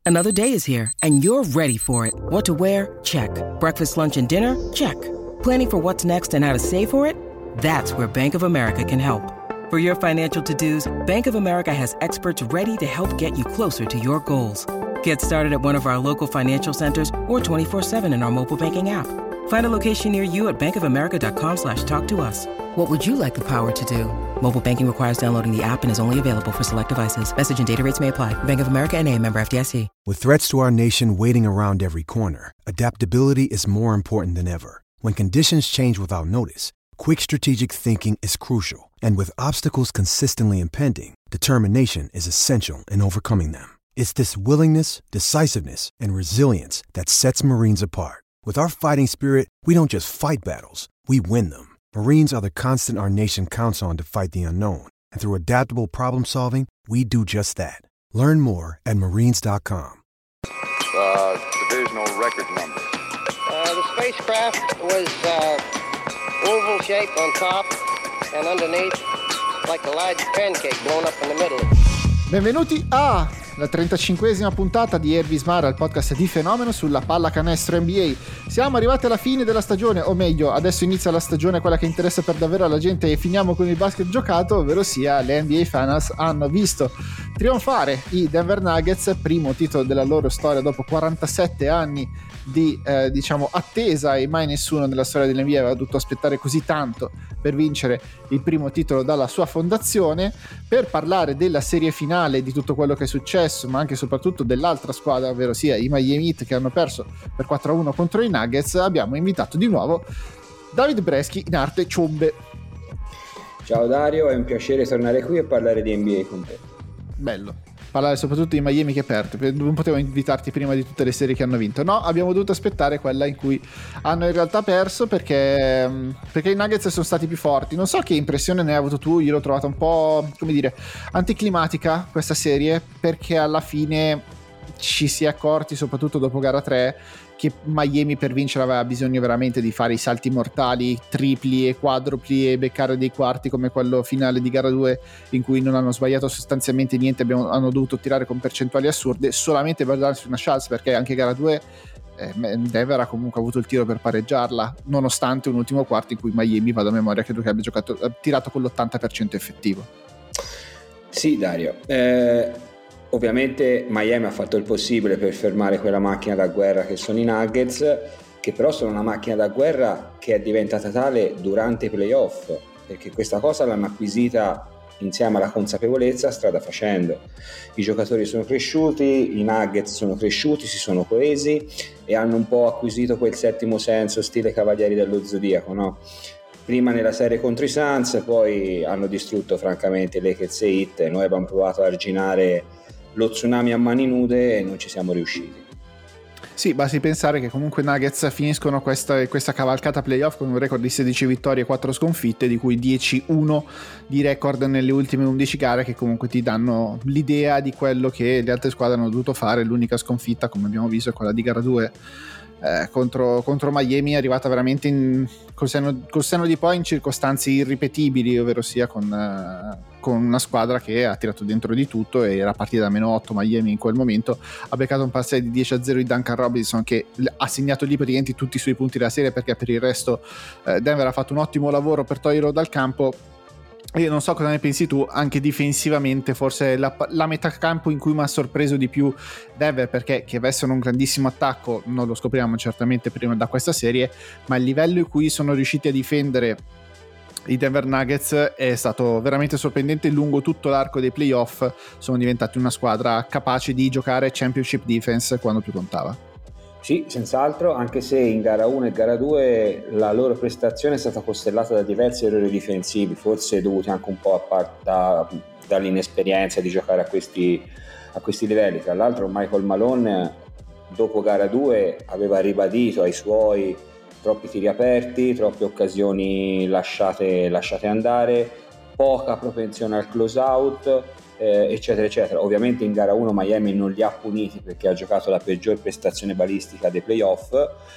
Another day is here, and you're ready for it. What to wear? Check. Breakfast, lunch, and dinner? Check. Planning for what's next and how to save for it? That's where Bank of America can help. For your financial to-dos, Bank of America has experts ready to help get you closer to your goals. Get started at one of our local financial centers or 24/7 in our mobile banking app. Find a location near you at bankofamerica.com/talktous. What would you like the power to do? Mobile banking requires downloading the app and is only available for select devices. Message and data rates may apply. Bank of America N.A., member FDIC. With threats to our nation waiting around every corner, adaptability is more important than ever. When conditions change without notice, quick strategic thinking is crucial. And with obstacles consistently impending, determination is essential in overcoming them. It's this willingness, decisiveness, and resilience that sets Marines apart. With our fighting spirit, we don't just fight battles, we win them. Marines are the constant our nation counts on to fight the unknown. And through adaptable problem solving, we do just that. Learn more at marines.com. Divisional record number. The spacecraft was oval shaped on top and underneath like a large pancake blown up in the middle. Benvenuti alla 35esima puntata di Ervis Mara, il podcast di Fenomeno sulla pallacanestro NBA. Siamo arrivati alla fine della stagione, o meglio, adesso inizia la stagione, quella che interessa per davvero alla gente, e finiamo con il basket giocato, ovvero sia le NBA Finals hanno visto trionfare i Denver Nuggets, primo titolo della loro storia dopo 47 anni di attesa, e mai nessuno nella storia dell'NBA aveva dovuto aspettare così tanto per vincere il primo titolo dalla sua fondazione. Per parlare della serie finale, di tutto quello che è successo, ma anche e soprattutto dell'altra squadra, ovvero sia i Miami Heat, che hanno perso per 4-1 contro i Nuggets, abbiamo invitato di nuovo David Breschi, in arte Ciombe. Ciao Dario, è un piacere tornare qui e parlare di NBA con te. Bello parlare soprattutto di Miami che perde, non potevo invitarti prima di tutte le serie che hanno vinto. No, abbiamo dovuto aspettare quella in cui hanno in realtà perso, perché i Nuggets sono stati più forti. Non so che impressione ne hai avuto tu, io l'ho trovata un po', come dire, anticlimatica questa serie, perché alla fine ci si è accorti, soprattutto dopo gara 3, che Miami per vincere aveva bisogno veramente di fare i salti mortali, tripli e quadrupli, e beccare dei quarti come quello finale di gara 2 in cui non hanno sbagliato sostanzialmente niente, hanno dovuto tirare con percentuali assurde solamente per darsi una chance, perché anche gara 2 Denver ha comunque avuto il tiro per pareggiarla, nonostante un ultimo quarto in cui Miami, vado a memoria, credo che abbia tirato con l'80% effettivo. Sì Dario, ovviamente Miami ha fatto il possibile per fermare quella macchina da guerra che sono i Nuggets, che però sono una macchina da guerra che è diventata tale durante i playoff, perché questa cosa l'hanno acquisita insieme alla consapevolezza strada facendo. I giocatori sono cresciuti, i Nuggets sono cresciuti, si sono coesi e hanno un po' acquisito quel settimo senso stile Cavalieri dello Zodiaco, no? Prima nella serie contro i Suns, poi hanno distrutto francamente Lakers e Heat, e noi abbiamo provato a arginare lo tsunami a mani nude e non ci siamo riusciti. Sì, basti pensare che comunque i Nuggets finiscono questa cavalcata playoff con un record di 16 vittorie e 4 sconfitte, di cui 10-1 di record nelle ultime 11 gare, che comunque ti danno l'idea di quello che le altre squadre hanno dovuto fare. L'unica sconfitta, come abbiamo visto, è quella di gara 2 contro Miami, è arrivata veramente col senno di poi in circostanze irripetibili, ovvero sia con una squadra che ha tirato dentro di tutto, e era partita da -8 Miami in quel momento, ha beccato un parziale di 10-0 di Duncan Robinson, che ha segnato lì praticamente tutti i suoi punti della serie, perché per il resto Denver ha fatto un ottimo lavoro per toglierlo dal campo. Io non so cosa ne pensi tu, anche difensivamente forse la metà campo in cui mi ha sorpreso di più Denver, perché che avessero un grandissimo attacco non lo scopriamo certamente prima da questa serie, ma il livello in cui sono riusciti a difendere i Denver Nuggets è stato veramente sorprendente. Lungo tutto l'arco dei playoff sono diventati una squadra capace di giocare championship defense quando più contava. Sì, senz'altro, anche se in gara 1 e gara 2 la loro prestazione è stata costellata da diversi errori difensivi, forse dovuti anche un po' dall'inesperienza di giocare a questi livelli. Tra l'altro Michael Malone dopo gara 2 aveva ribadito ai suoi troppi tiri aperti, troppe occasioni lasciate andare, poca propensione al close out, eccetera eccetera. Ovviamente in gara 1 Miami non li ha puniti perché ha giocato la peggior prestazione balistica dei playoff.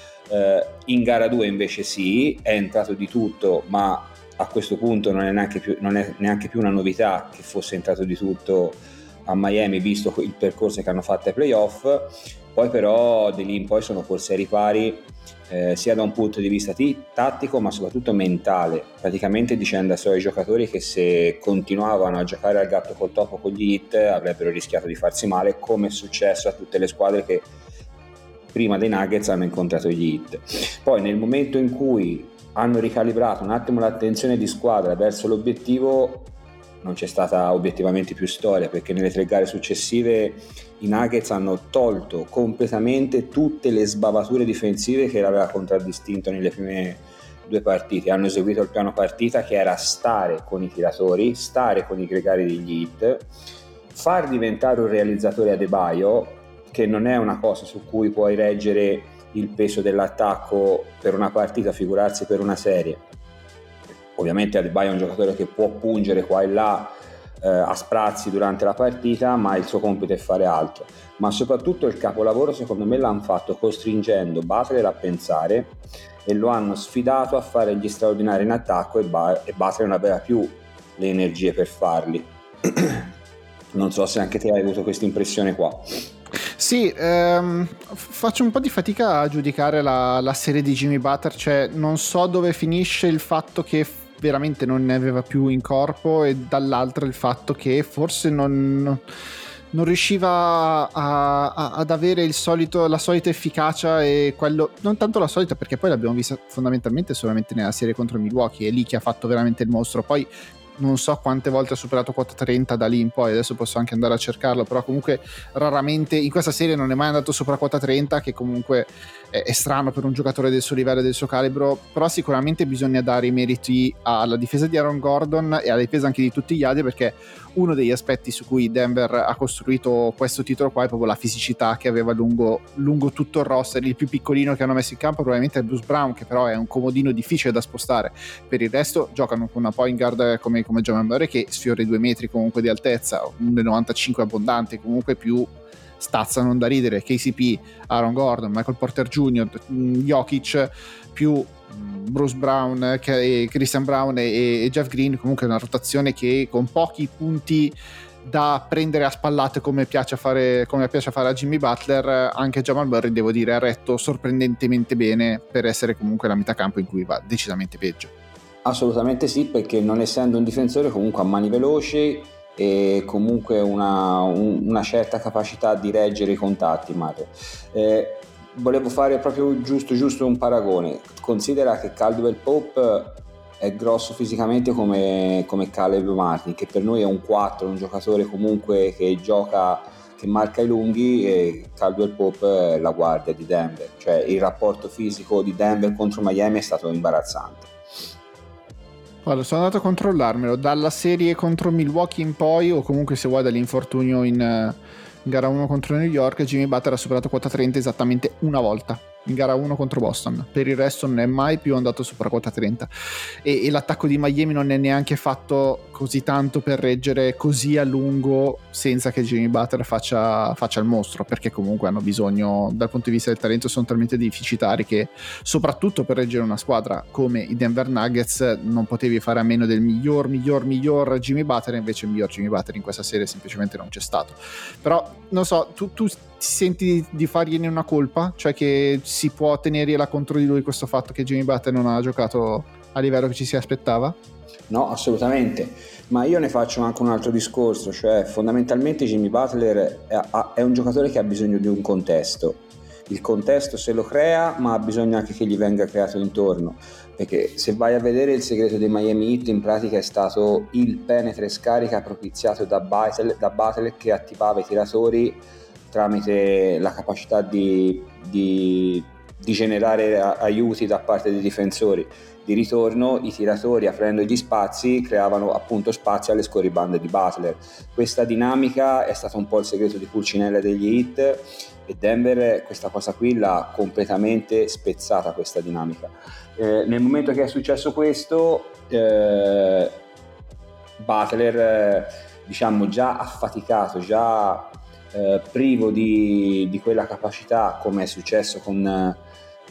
In gara 2 invece sì, è entrato di tutto, ma a questo punto non è neanche più una novità che fosse entrato di tutto a Miami, visto il percorso che hanno fatto ai playoff. Poi però di lì in poi sono corsi ai ripari, sia da un punto di vista tattico ma soprattutto mentale, praticamente dicendo ai suoi giocatori che se continuavano a giocare al gatto col topo con gli Heat avrebbero rischiato di farsi male, come è successo a tutte le squadre che prima dei Nuggets hanno incontrato gli Heat. Poi nel momento in cui hanno ricalibrato un attimo l'attenzione di squadra verso l'obiettivo, non c'è stata obiettivamente più storia, perché nelle 3 gare successive i Nuggets hanno tolto completamente tutte le sbavature difensive che l'aveva contraddistinto nelle prime 2 partite. Hanno eseguito il piano partita, che era stare con i tiratori, stare con i gregari degli Heat, far diventare un realizzatore Adebayo, che non è una cosa su cui puoi reggere il peso dell'attacco per una partita, figurarsi per una serie. Ovviamente Adebayo è un giocatore che può pungere qua e là a sprazzi durante la partita, ma il suo compito è fare altro. Ma soprattutto il capolavoro secondo me l'hanno fatto costringendo Butler a pensare, e lo hanno sfidato a fare gli straordinari in attacco, e Butler non aveva più le energie per farli. Non so se anche te hai avuto questa impressione qua. Sì, faccio un po' di fatica a giudicare la serie di Jimmy Butler, cioè non so dove finisce il fatto che veramente non ne aveva più in corpo, e dall'altra il fatto che forse non riusciva ad avere la solita efficacia, e quello non tanto la solita, perché poi l'abbiamo vista fondamentalmente solamente nella serie contro Milwaukee, è lì che ha fatto veramente il mostro. Poi non so quante volte ha superato quota 30 da lì in poi, adesso posso anche andare a cercarlo, però comunque raramente in questa serie non è mai andato sopra quota 30, che comunque è strano per un giocatore del suo livello e del suo calibro. Però sicuramente bisogna dare i meriti alla difesa di Aaron Gordon e alla difesa anche di tutti gli altri, perché uno degli aspetti su cui Denver ha costruito questo titolo qua è proprio la fisicità che aveva lungo tutto il roster. Il più piccolino che hanno messo in campo probabilmente è Bruce Brown, che però è un comodino difficile da spostare. Per il resto giocano con una point guard come Jamal Murray, che sfiora i 2 metri comunque di altezza, 1,95 abbondante, comunque più stazza non da ridere. KCP, Aaron Gordon, Michael Porter Jr., Jokic, più Bruce Brown, Christian Brown e Jeff Green. Comunque è una rotazione che con pochi punti da prendere a spallate, come piace fare a Jimmy Butler. Anche Jamal Murray, devo dire, ha retto sorprendentemente bene per essere comunque la metà campo in cui va decisamente peggio. Assolutamente sì, perché non essendo un difensore comunque ha mani veloci e comunque una certa capacità di reggere i contatti. Volevo fare proprio giusto un paragone. Considera che Caldwell Pope è grosso fisicamente come Caleb Martin, che per noi è un 4, un giocatore comunque che gioca, che marca i lunghi, e Caldwell Pope è la guardia di Denver. Cioè il rapporto fisico di Denver contro Miami è stato imbarazzante. Guarda, sono andato a controllarmelo dalla serie contro Milwaukee in poi, o comunque se vuoi dall'infortunio in gara 1 contro New York. Jimmy Butler ha superato quota 30 esattamente una volta, in gara 1 contro Boston. Per il resto non è mai più andato sopra quota 30, e l'attacco di Miami non è neanche fatto così tanto per reggere così a lungo senza che Jimmy Butler faccia il mostro, perché comunque hanno bisogno, dal punto di vista del talento sono talmente deficitari che soprattutto per reggere una squadra come i Denver Nuggets non potevi fare a meno del miglior Jimmy Butler. Invece il miglior Jimmy Butler in questa serie semplicemente non c'è stato. Però non so, tu ti senti di fargliene una colpa? Cioè che si può tenergliela contro di lui questo fatto che Jimmy Butler non ha giocato a livello che ci si aspettava? No, assolutamente, ma io ne faccio anche un altro discorso, cioè fondamentalmente Jimmy Butler è un giocatore che ha bisogno di un contesto. Il contesto se lo crea, ma ha bisogno anche che gli venga creato intorno, perché se vai a vedere il segreto dei Miami Heat in pratica è stato il penetra e scarica propiziato da Butler, che attivava i tiratori tramite la capacità di generare aiuti da parte dei difensori. Di ritorno i tiratori, aprendo gli spazi, creavano appunto spazi alle scorribande di Butler. Questa dinamica è stata un po' il segreto di Pulcinella degli Heat, e Denver questa cosa qui l'ha completamente spezzata, questa dinamica. Nel momento che è successo questo, Butler diciamo già affaticato, già privo di quella capacità, come è successo con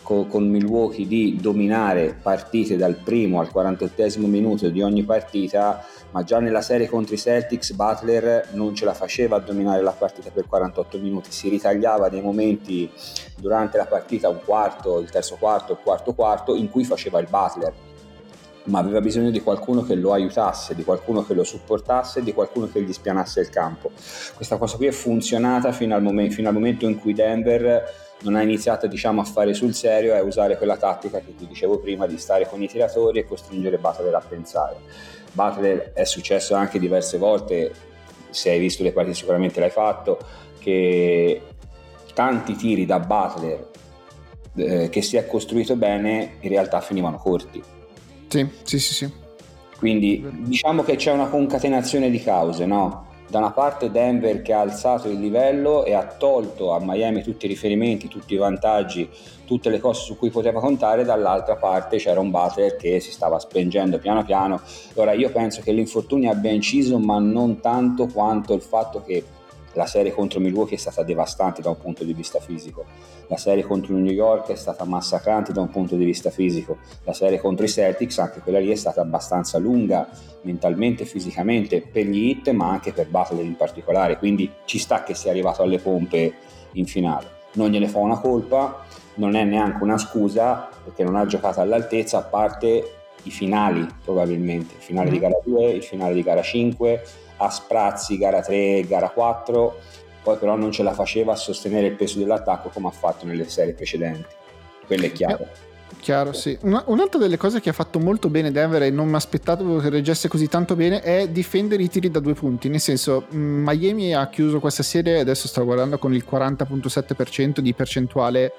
con Milwaukee di dominare partite dal primo al 48esimo minuto di ogni partita, ma già nella serie contro i Celtics Butler non ce la faceva a dominare la partita per 48 minuti, si ritagliava dei momenti durante la partita, un quarto, il terzo quarto, il quarto quarto, in cui faceva il Butler, ma aveva bisogno di qualcuno che lo aiutasse, di qualcuno che lo supportasse, di qualcuno che gli spianasse il campo. Questa cosa qui è funzionata fino al momento in cui Denver non ha iniziato, diciamo, a fare sul serio e a usare quella tattica che ti dicevo prima di stare con i tiratori e costringere Butler a pensare. Butler, è successo anche diverse volte, se hai visto le partite sicuramente l'hai fatto, che tanti tiri da Butler che si è costruito bene in realtà finivano corti. Sì. Quindi diciamo che c'è una concatenazione di cause, no? Da una parte Denver che ha alzato il livello e ha tolto a Miami tutti i riferimenti, tutti i vantaggi, tutte le cose su cui poteva contare, dall'altra parte c'era un Butler che si stava spengendo piano piano. Ora io penso che l'infortunio abbia inciso, ma non tanto quanto il fatto che la serie contro Milwaukee è stata devastante da un punto di vista fisico, la serie contro New York è stata massacrante da un punto di vista fisico, la serie contro i Celtics, anche quella lì, è stata abbastanza lunga mentalmente e fisicamente per gli Heat, ma anche per Butler in particolare, quindi ci sta che sia arrivato alle pompe in finale. Non gliene fa una colpa, non è neanche una scusa, perché non ha giocato all'altezza, a parte i finali, probabilmente il finale di gara 2, il finale di gara 5, a sprazzi gara 3, gara 4, poi però non ce la faceva a sostenere il peso dell'attacco come ha fatto nelle serie precedenti. Quello è chiaro. Chiaro, sì. Un'altra delle cose che ha fatto molto bene Denver, e non mi aspettavo che reggesse così tanto bene, è difendere i tiri da 2 punti. Nel senso, Miami ha chiuso questa serie, adesso sto guardando, con il 40.7% di percentuale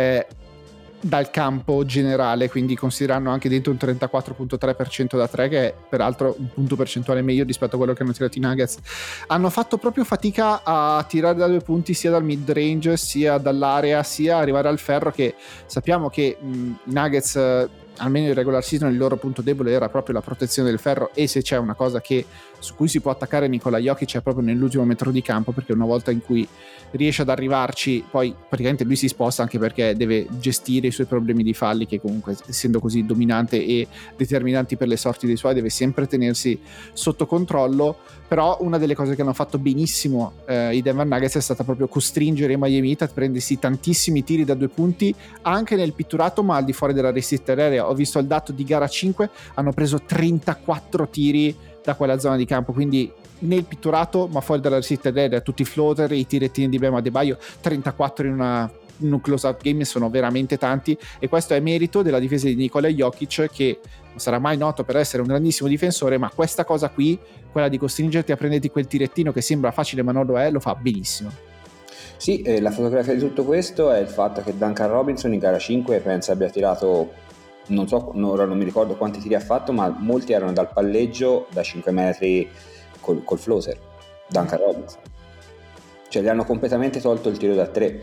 dal campo generale, quindi considerando anche dentro un 34.3% da 3, che è peraltro un punto percentuale meglio rispetto a quello che hanno tirato i Nuggets. Hanno fatto proprio fatica a tirare da 2 punti sia dal mid range, sia dall'area, sia arrivare al ferro, che sappiamo che i Nuggets, almeno in regular season, il loro punto debole era proprio la protezione del ferro, e se c'è una cosa su cui si può attaccare Nikola Jokic è proprio nell'ultimo metro di campo, perché una volta in cui riesce ad arrivarci, poi praticamente lui si sposta, anche perché deve gestire i suoi problemi di falli, che comunque, essendo così dominante e determinanti per le sorti dei suoi, deve sempre tenersi sotto controllo. Però una delle cose che hanno fatto benissimo i Denver Nuggets è stata proprio costringere i Miami Heat a prendersi tantissimi tiri da 2 punti anche nel pitturato, ma al di fuori della restricted area. Ho visto il dato di gara 5, hanno preso 34 tiri da quella zona di campo, quindi nel pitturato ma fuori dalla restricted area, tutti i floater, i tirettini di Bam Adebayo, 34 in un close-out game sono veramente tanti, e questo è merito della difesa di Nikola Jokic, che non sarà mai noto per essere un grandissimo difensore, ma questa cosa qui, quella di costringerti a prenderti quel tirettino che sembra facile ma non lo è, lo fa benissimo. Sì, la fotografia di tutto questo è il fatto che Duncan Robinson in gara 5 penso abbia tirato, ora non mi ricordo quanti tiri ha fatto, ma molti erano dal palleggio da 5 metri col floater. Duncan Robinson, cioè gli hanno completamente tolto il tiro da 3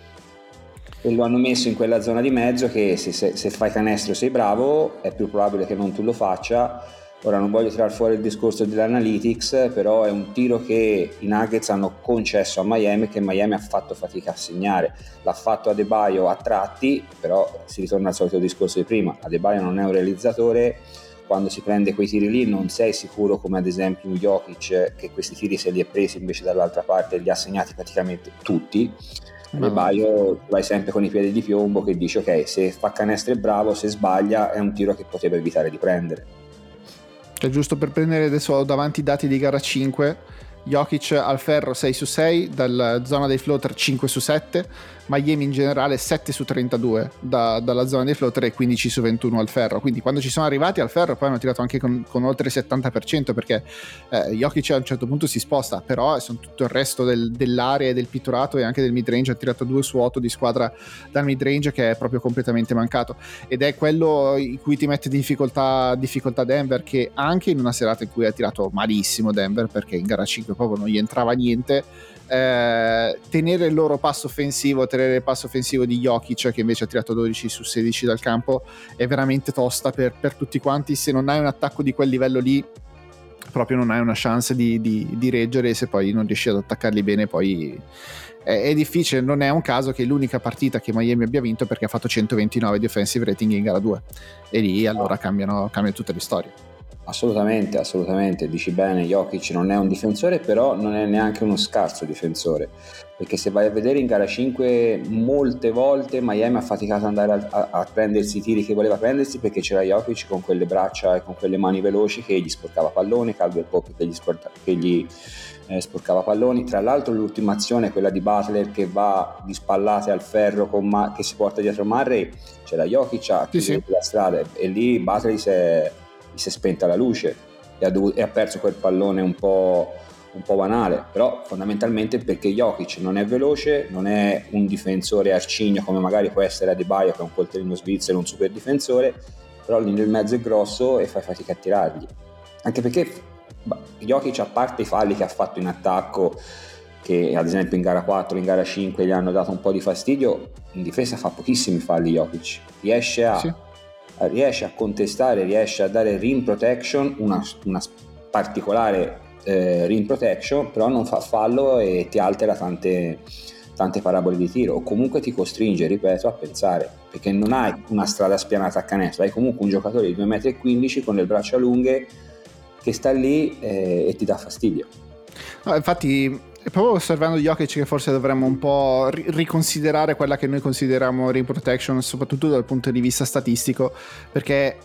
e lo hanno messo in quella zona di mezzo che se fai canestro sei bravo, è più probabile che non tu lo faccia. Ora non voglio tirare fuori il discorso dell'analytics, però è un tiro che i Nuggets hanno concesso a Miami, che Miami ha fatto fatica a segnare. L'ha fatto Adebayo a tratti, però si ritorna al solito discorso di prima. Adebayo non è un realizzatore, quando si prende quei tiri lì non sei sicuro, come ad esempio Jokic, che questi tiri se li è presi invece dall'altra parte e li ha segnati praticamente tutti. Adebayo vai sempre con i piedi di piombo, che dice ok, se fa canestro è bravo, se sbaglia è un tiro che poteva evitare di prendere. Cioè, giusto per prendere, adesso ho davanti i dati di gara 5, Jokic al ferro 6 su 6, dalla zona dei floater 5 su 7, Miami in generale 7 su 32 dalla zona dei floater e 15 su 21 al ferro. Quindi quando ci sono arrivati al ferro poi hanno tirato anche con oltre il 70%, perché Jokic a un certo punto si sposta, però sono tutto il resto dell'area e del pitturato e anche del mid range. Ha tirato 2 su 8 di squadra dal mid range, che è proprio completamente mancato, ed è quello in cui ti mette difficoltà Denver, che anche in una serata in cui ha tirato malissimo Denver, perché in gara 5 proprio non gli entrava niente, tenere il loro passo offensivo, tenere il passo offensivo di Jokic, che invece ha tirato 12 su 16 dal campo, è veramente tosta per tutti quanti. Se non hai un attacco di quel livello lì proprio non hai una chance di reggere, se poi non riesci ad attaccarli bene poi è difficile. Non è un caso che l'unica partita che Miami abbia vinto è perché ha fatto 129 di offensive rating in gara 2 e lì allora cambiano tutte le storie. Assolutamente, dici bene, Jokic non è un difensore, però non è neanche uno scarso difensore, perché se vai a vedere in gara 5 molte volte Miami ha faticato ad andare a prendersi i tiri che voleva prendersi, perché c'era Jokic con quelle braccia e con quelle mani veloci che gli sporcava palloni, Caldwell Pope che gli sporcava palloni. Tra l'altro l'ultima azione, quella di Butler che va di spallate al ferro che si porta dietro Murray, c'era Jokic a chiudere la strada e lì Butler si è spenta la luce e ha perso quel pallone un po' banale, però fondamentalmente perché Jokic non è veloce, non è un difensore arcigno come magari può essere Adebayo, che è un coltellino svizzero, un super difensore, però lì nel mezzo è grosso e fai fatica a tirargli, anche perché Jokic, a parte i falli che ha fatto in attacco, che ad esempio in gara 4, in gara 5 gli hanno dato un po' di fastidio, in difesa fa pochissimi falli Jokic, riesce a contestare, riesce a dare rim protection, una particolare rim protection, però non fa fallo e ti altera tante parabole di tiro, o comunque ti costringe, ripeto, a pensare, perché non hai una strada spianata a canestro, hai comunque un giocatore di 2,15 m con le braccia lunghe che sta lì e ti dà fastidio. No, infatti è proprio osservando Jokic che forse dovremmo un po' riconsiderare quella che noi consideriamo rim protection, soprattutto dal punto di vista statistico, perché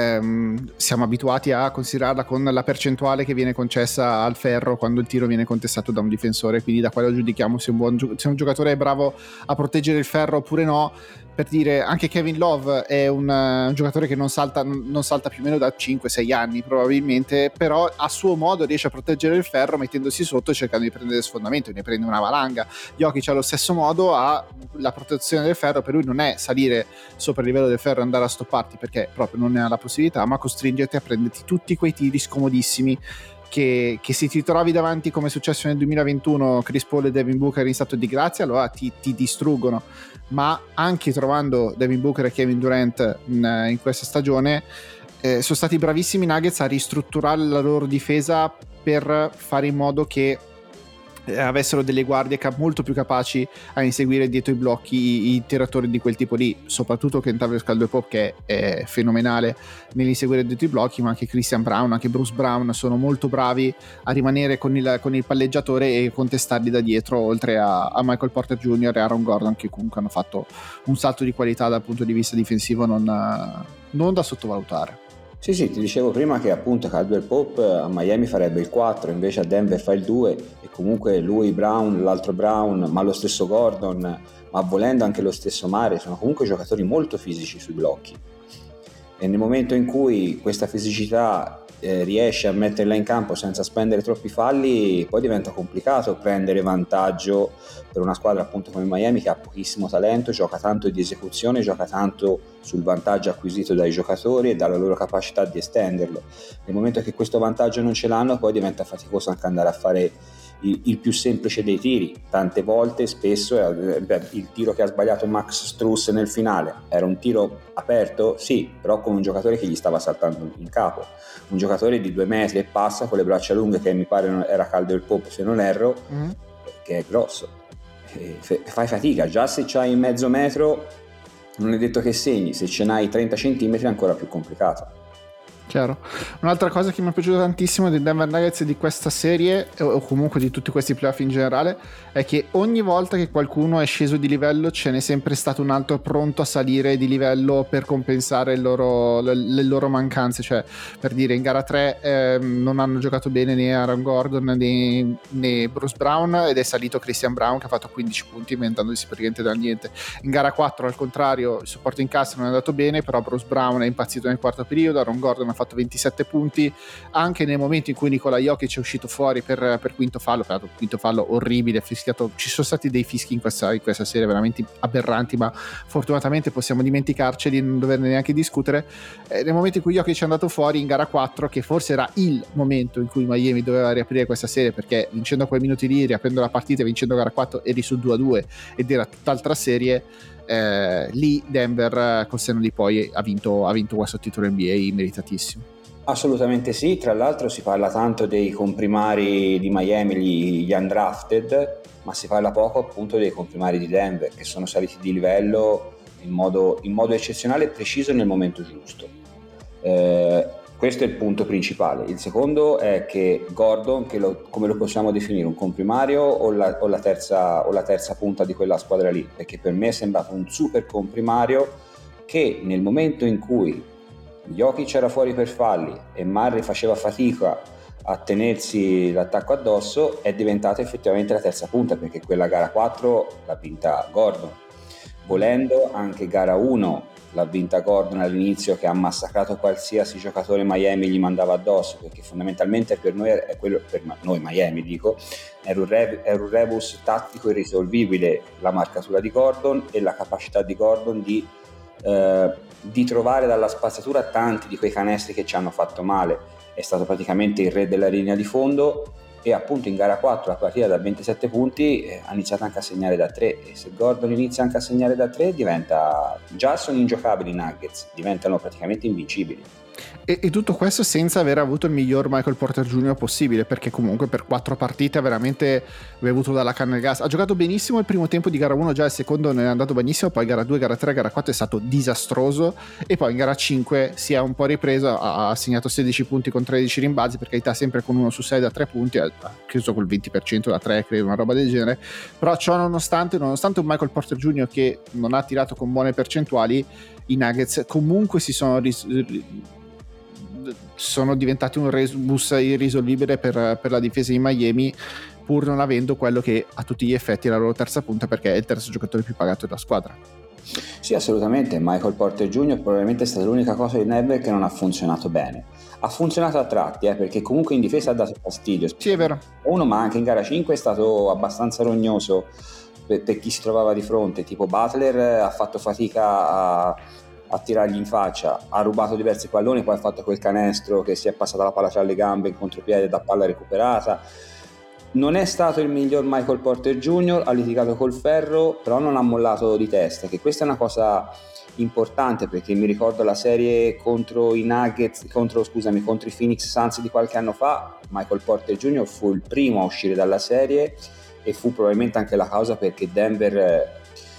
siamo abituati a considerarla con la percentuale che viene concessa al ferro quando il tiro viene contestato da un difensore, quindi da quello giudichiamo se un giocatore è bravo a proteggere il ferro oppure no. Per dire, anche Kevin Love è un giocatore che non salta più o meno da 5-6 anni probabilmente, però a suo modo riesce a proteggere il ferro mettendosi sotto e cercando di prendere sfondamento, ne prende una valanga. Jokic allo stesso modo ha la protezione del ferro, per lui non è salire sopra il livello del ferro e andare a stopparti, perché proprio non ne ha la possibilità, ma costringerti a prenderti tutti quei tiri scomodissimi che se ti trovi davanti, come è successo nel 2021, Chris Paul e Devin Booker in stato di grazia, allora ti distruggono. Ma anche trovando Devin Booker e Kevin Durant in questa stagione sono stati bravissimi i Nuggets a ristrutturare la loro difesa per fare in modo che avessero delle guardie molto più capaci a inseguire dietro i blocchi i tiratori di quel tipo lì, soprattutto Kentavious Caldwell-Pope, che è fenomenale nell'inseguire dietro i blocchi, ma anche Christian Braun, anche Bruce Brown sono molto bravi a rimanere con il palleggiatore e contestarli da dietro, oltre a Michael Porter Jr. e Aaron Gordon, che comunque hanno fatto un salto di qualità dal punto di vista difensivo non da sottovalutare. Sì, ti dicevo prima che appunto Caldwell Pope a Miami farebbe il 4, invece a Denver fa il 2, e comunque lui, Brown, l'altro Brown, ma lo stesso Gordon, ma volendo anche lo stesso Murray, sono comunque giocatori molto fisici sui blocchi, e nel momento in cui questa fisicità riesce a metterla in campo senza spendere troppi falli, poi diventa complicato prendere vantaggio per una squadra appunto come Miami, che ha pochissimo talento, gioca tanto di esecuzione, gioca tanto sul vantaggio acquisito dai giocatori e dalla loro capacità di estenderlo. Nel momento che questo vantaggio non ce l'hanno, poi diventa faticoso anche andare a fare il più semplice dei tiri. Tante volte, spesso, il tiro che ha sbagliato Max Strus nel finale era un tiro aperto, sì, però con un giocatore che gli stava saltando in capo, un giocatore di 2 metri e passa con le braccia lunghe, che mi pare era Caldwell Pope se non erro, che è grosso, fai fatica. Già se c'hai mezzo metro non è detto che segni, se ce n'hai 30 centimetri è ancora più complicato. Chiaro. Un'altra cosa che mi è piaciuta tantissimo dei Denver Nuggets di questa serie, o comunque di tutti questi playoff in generale, è che ogni volta che qualcuno è sceso di livello ce n'è sempre stato un altro pronto a salire di livello per compensare le loro mancanze. Cioè, per dire, in gara 3 non hanno giocato bene né Aaron Gordon né Bruce Brown, ed è salito Christian Braun, che ha fatto 15 punti inventandosi praticamente da niente. In gara 4 al contrario, il supporto in cassa non è andato bene, però Bruce Brown è impazzito nel quarto periodo, Aaron Gordon ha fatto 27 punti, anche nel momento in cui Nikola Jokic è uscito fuori per quinto fallo, orribile, fischiato. Ci sono stati dei fischi in questa serie veramente aberranti, ma fortunatamente possiamo dimenticarceli, non doverne neanche discutere. Nel momento in cui Jokic è andato fuori in gara 4, che forse era il momento in cui Miami doveva riaprire questa serie, perché vincendo quei minuti lì, riaprendo la partita e vincendo gara 4 eri su 2-2 ed era tutt'altra serie, lì Denver col senno di poi ha vinto questo titolo NBA meritatissimo. Assolutamente sì, tra l'altro si parla tanto dei comprimari di Miami, gli undrafted, ma si parla poco appunto dei comprimari di Denver, che sono saliti di livello in modo eccezionale e preciso nel momento giusto. Questo è il punto principale. Il secondo è che Gordon, come lo possiamo definire, un comprimario o la terza punta di quella squadra lì? Perché per me è sembrato un super comprimario che nel momento in cui Jokic era fuori per falli e Murray faceva fatica a tenersi l'attacco addosso, è diventata effettivamente la terza punta, perché quella gara 4 l'ha vinta Gordon. Volendo anche gara 1 l'ha vinta Gordon all'inizio, che ha massacrato qualsiasi giocatore Miami gli mandava addosso, perché fondamentalmente per noi Miami dico, era un rebus tattico irrisolvibile la marcatura di Gordon e la capacità di Gordon di trovare dalla spazzatura tanti di quei canestri che ci hanno fatto male. È stato praticamente il re della linea di fondo, e appunto in gara 4 la partita da 27 punti ha iniziato anche a segnare da 3, e se Gordon inizia anche a segnare da 3 già sono ingiocabili i Nuggets, diventano praticamente invincibili. E tutto questo senza aver avuto il miglior Michael Porter Jr. possibile, perché comunque per 4 partite veramente aveva avuto dalla canna al gas. Ha giocato benissimo il primo tempo di gara 1, già il secondo ne è andato benissimo, poi gara 2, gara 3, gara 4 è stato disastroso, e poi in gara 5 si è un po' ripreso, ha segnato 16 punti con 13 rimbalzi, per carità sempre con 1 su 6 da 3 punti, ha chiuso col 20% da 3, credo, una roba del genere. Però ciò nonostante un Michael Porter Jr. che non ha tirato con buone percentuali, i Nuggets comunque sono diventati un rebus irrisolvibile per la difesa di Miami, pur non avendo quello che a tutti gli effetti è la loro terza punta, perché è il terzo giocatore più pagato della squadra. Sì, assolutamente. Michael Porter Jr. probabilmente è stata l'unica cosa di Denver che non ha funzionato bene. Ha funzionato a tratti, perché comunque in difesa ha dato fastidio. Sì, è vero. Ma anche in gara 5 è stato abbastanza rognoso per chi si trovava di fronte, tipo Butler ha fatto fatica a tirargli in faccia, ha rubato diversi palloni, poi ha fatto quel canestro che si è passata la palla tra le gambe in contropiede da palla recuperata. Non è stato il miglior Michael Porter Jr., ha litigato col ferro, però non ha mollato di testa, che questa è una cosa importante, perché mi ricordo la serie contro i Nuggets, contro i Phoenix Suns di qualche anno fa. Michael Porter Jr. fu il primo a uscire dalla serie e fu probabilmente anche la causa perché Denver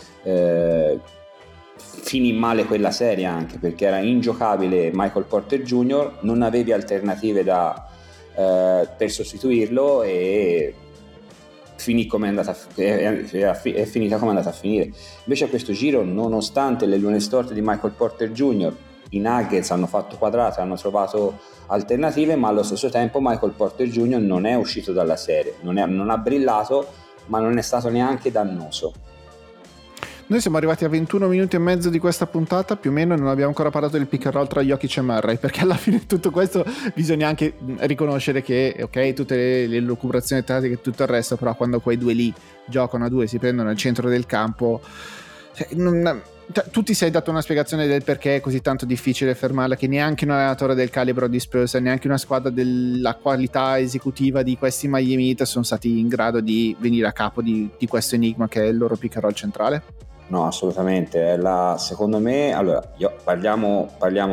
finì male quella serie, anche perché era ingiocabile Michael Porter Jr., non avevi alternative per sostituirlo, e finì come è andata è finita come è andata a finire. Invece a questo giro, nonostante le lune storte di Michael Porter Jr., i Nuggets hanno fatto quadrato, hanno trovato alternative, ma allo stesso tempo Michael Porter Jr. non è uscito dalla serie, non ha brillato, ma non è stato neanche dannoso. Noi siamo arrivati a 21 minuti e mezzo di questa puntata, più o meno, e non abbiamo ancora parlato del pick and roll tra Jokic e Murray, perché alla fine di tutto questo bisogna anche riconoscere che, ok, tutte le lucubrazioni tattiche e tutto il resto, però quando quei due lì giocano a due, si prendono al centro del campo, tu ti sei dato una spiegazione del perché è così tanto difficile fermarla, che neanche un allenatore del calibro di Spurs, neanche una squadra della qualità esecutiva di questi Miami Heat sono stati in grado di venire a capo di questo enigma che è il loro pick and roll centrale? No, assolutamente. Secondo me, allora, parliamo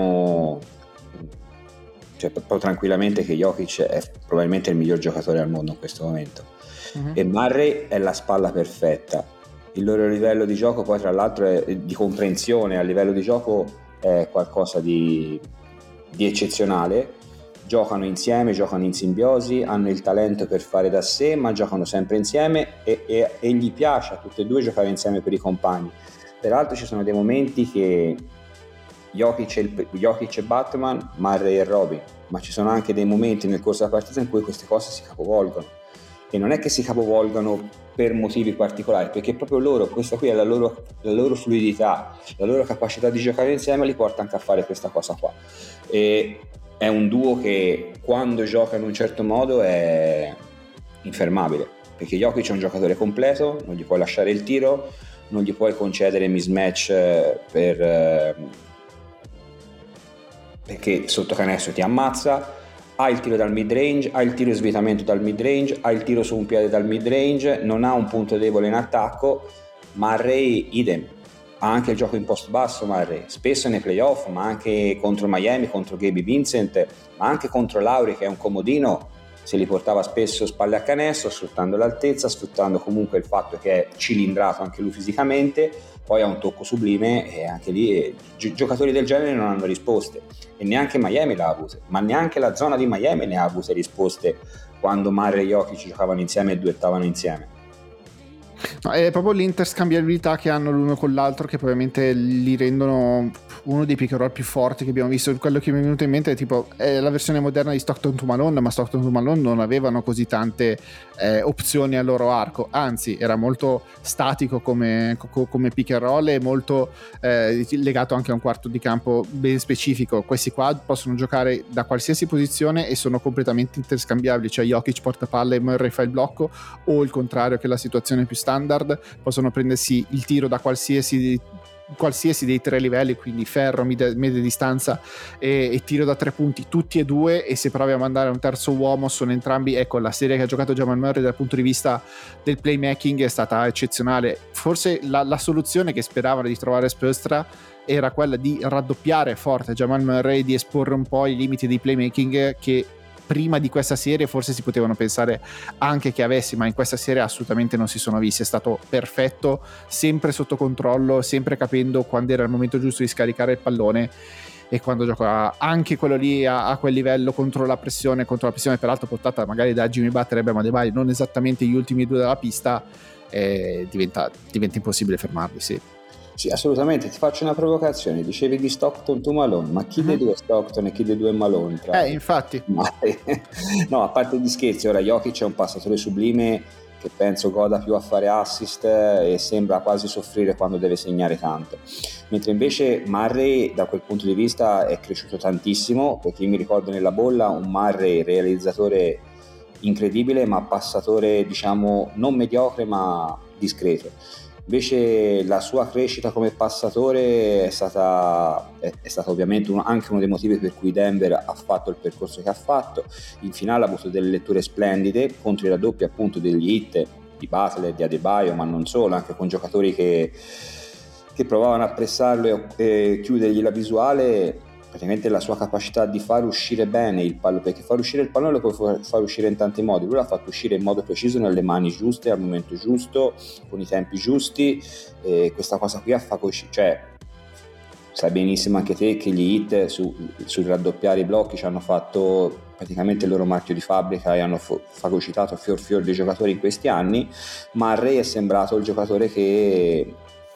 cioè, proprio tranquillamente che Jokic è probabilmente il miglior giocatore al mondo in questo momento, e Murray è la spalla perfetta. Il loro livello di gioco poi tra l'altro è di comprensione a livello di gioco, è qualcosa di eccezionale. Giocano insieme, giocano in simbiosi, hanno il talento per fare da sé, ma giocano sempre insieme e gli piace a tutti e due giocare insieme per i compagni. Peraltro ci sono dei momenti che Jokic e Batman, Murray e Robin, ma ci sono anche dei momenti nel corso della partita in cui queste cose si capovolgono, e non è che si capovolgono per motivi particolari, perché proprio loro, questa qui è la loro fluidità, la loro capacità di giocare insieme li porta anche a fare questa cosa qua. E è un duo che quando gioca in un certo modo è infermabile, perché Jokic è un giocatore completo, non gli puoi lasciare il tiro, non gli puoi concedere mismatch perché sotto canestro ti ammazza. Ha il tiro dal mid range, ha il tiro in svitamento dal mid range, ha il tiro su un piede dal mid range, non ha un punto debole in attacco. Murray idem, ha anche il gioco in post basso Murray, spesso nei playoff, ma anche contro Miami, contro Gaby Vincent, ma anche contro Lauri, che è un comodino, se li portava spesso spalle a canestro, sfruttando l'altezza, sfruttando comunque il fatto che è cilindrato anche lui fisicamente, poi ha un tocco sublime, e anche lì giocatori del genere non hanno risposte, e neanche Miami l'ha avute, ma neanche la zona di Miami ne ha avute risposte quando Murray e Jokic giocavano insieme e duettavano insieme. No, è proprio l'interscambiabilità che hanno l'uno con l'altro che probabilmente li rendono uno dei pick and roll più forti che abbiamo visto. Quello che mi è venuto in mente è tipo la versione moderna di Stockton to Malone, ma Stockton to Malone non avevano così tante opzioni al loro arco, anzi era molto statico come pick and roll e molto legato anche a un quarto di campo ben specifico. Questi qua possono giocare da qualsiasi posizione e sono completamente interscambiabili, cioè Jokic porta palla e Murray fa il blocco, o il contrario, che è la situazione più standard, possono prendersi il tiro da qualsiasi dei tre livelli, quindi ferro, media distanza e tiro da 3 punti, tutti e due, e se provi a mandare un terzo uomo sono entrambi. Ecco, la serie che ha giocato Jamal Murray dal punto di vista del playmaking è stata eccezionale. Forse la soluzione che speravano di trovare Spoelstra era quella di raddoppiare forte Jamal Murray, di esporre un po' i limiti di playmaking che prima di questa serie forse si potevano pensare anche che avessi, ma in questa serie assolutamente non si sono visti. È stato perfetto, sempre sotto controllo, sempre capendo quando era il momento giusto di scaricare il pallone, e quando gioca anche quello lì a quel livello contro la pressione peraltro portata magari da Jimmy Butler e Bam Adebayo, non esattamente gli ultimi due della pista, diventa impossibile fermarli. Sì, assolutamente. Ti faccio una provocazione. Dicevi di Stockton to Malone, ma chi dei due è Stockton e chi dei due è Malone? Infatti. No, a parte gli scherzi, ora Jokic è un passatore sublime che penso goda più a fare assist e sembra quasi soffrire quando deve segnare tanto, mentre invece Murray da quel punto di vista è cresciuto tantissimo, perché io mi ricordo nella bolla un Murray realizzatore incredibile, ma passatore diciamo non mediocre ma discreto. Invece la sua crescita come passatore è stata ovviamente anche uno dei motivi per cui Denver ha fatto il percorso che ha fatto. In finale ha avuto delle letture splendide contro i raddoppi appunto degli hit di Butler, di Adebayo, ma non solo, anche con giocatori che provavano a pressarlo e chiudergli la visuale. Praticamente la sua capacità di far uscire bene il pallone, perché far uscire il pallone lo puoi far uscire in tanti modi, lui l'ha fatto uscire in modo preciso, nelle mani giuste, al momento giusto, con i tempi giusti, e questa cosa qui ha fagocitato, cioè sai benissimo anche te che gli hit sul raddoppiare i blocchi ci hanno fatto praticamente il loro marchio di fabbrica e hanno fagocitato fior dei giocatori in questi anni. Ma Murray è sembrato il giocatore che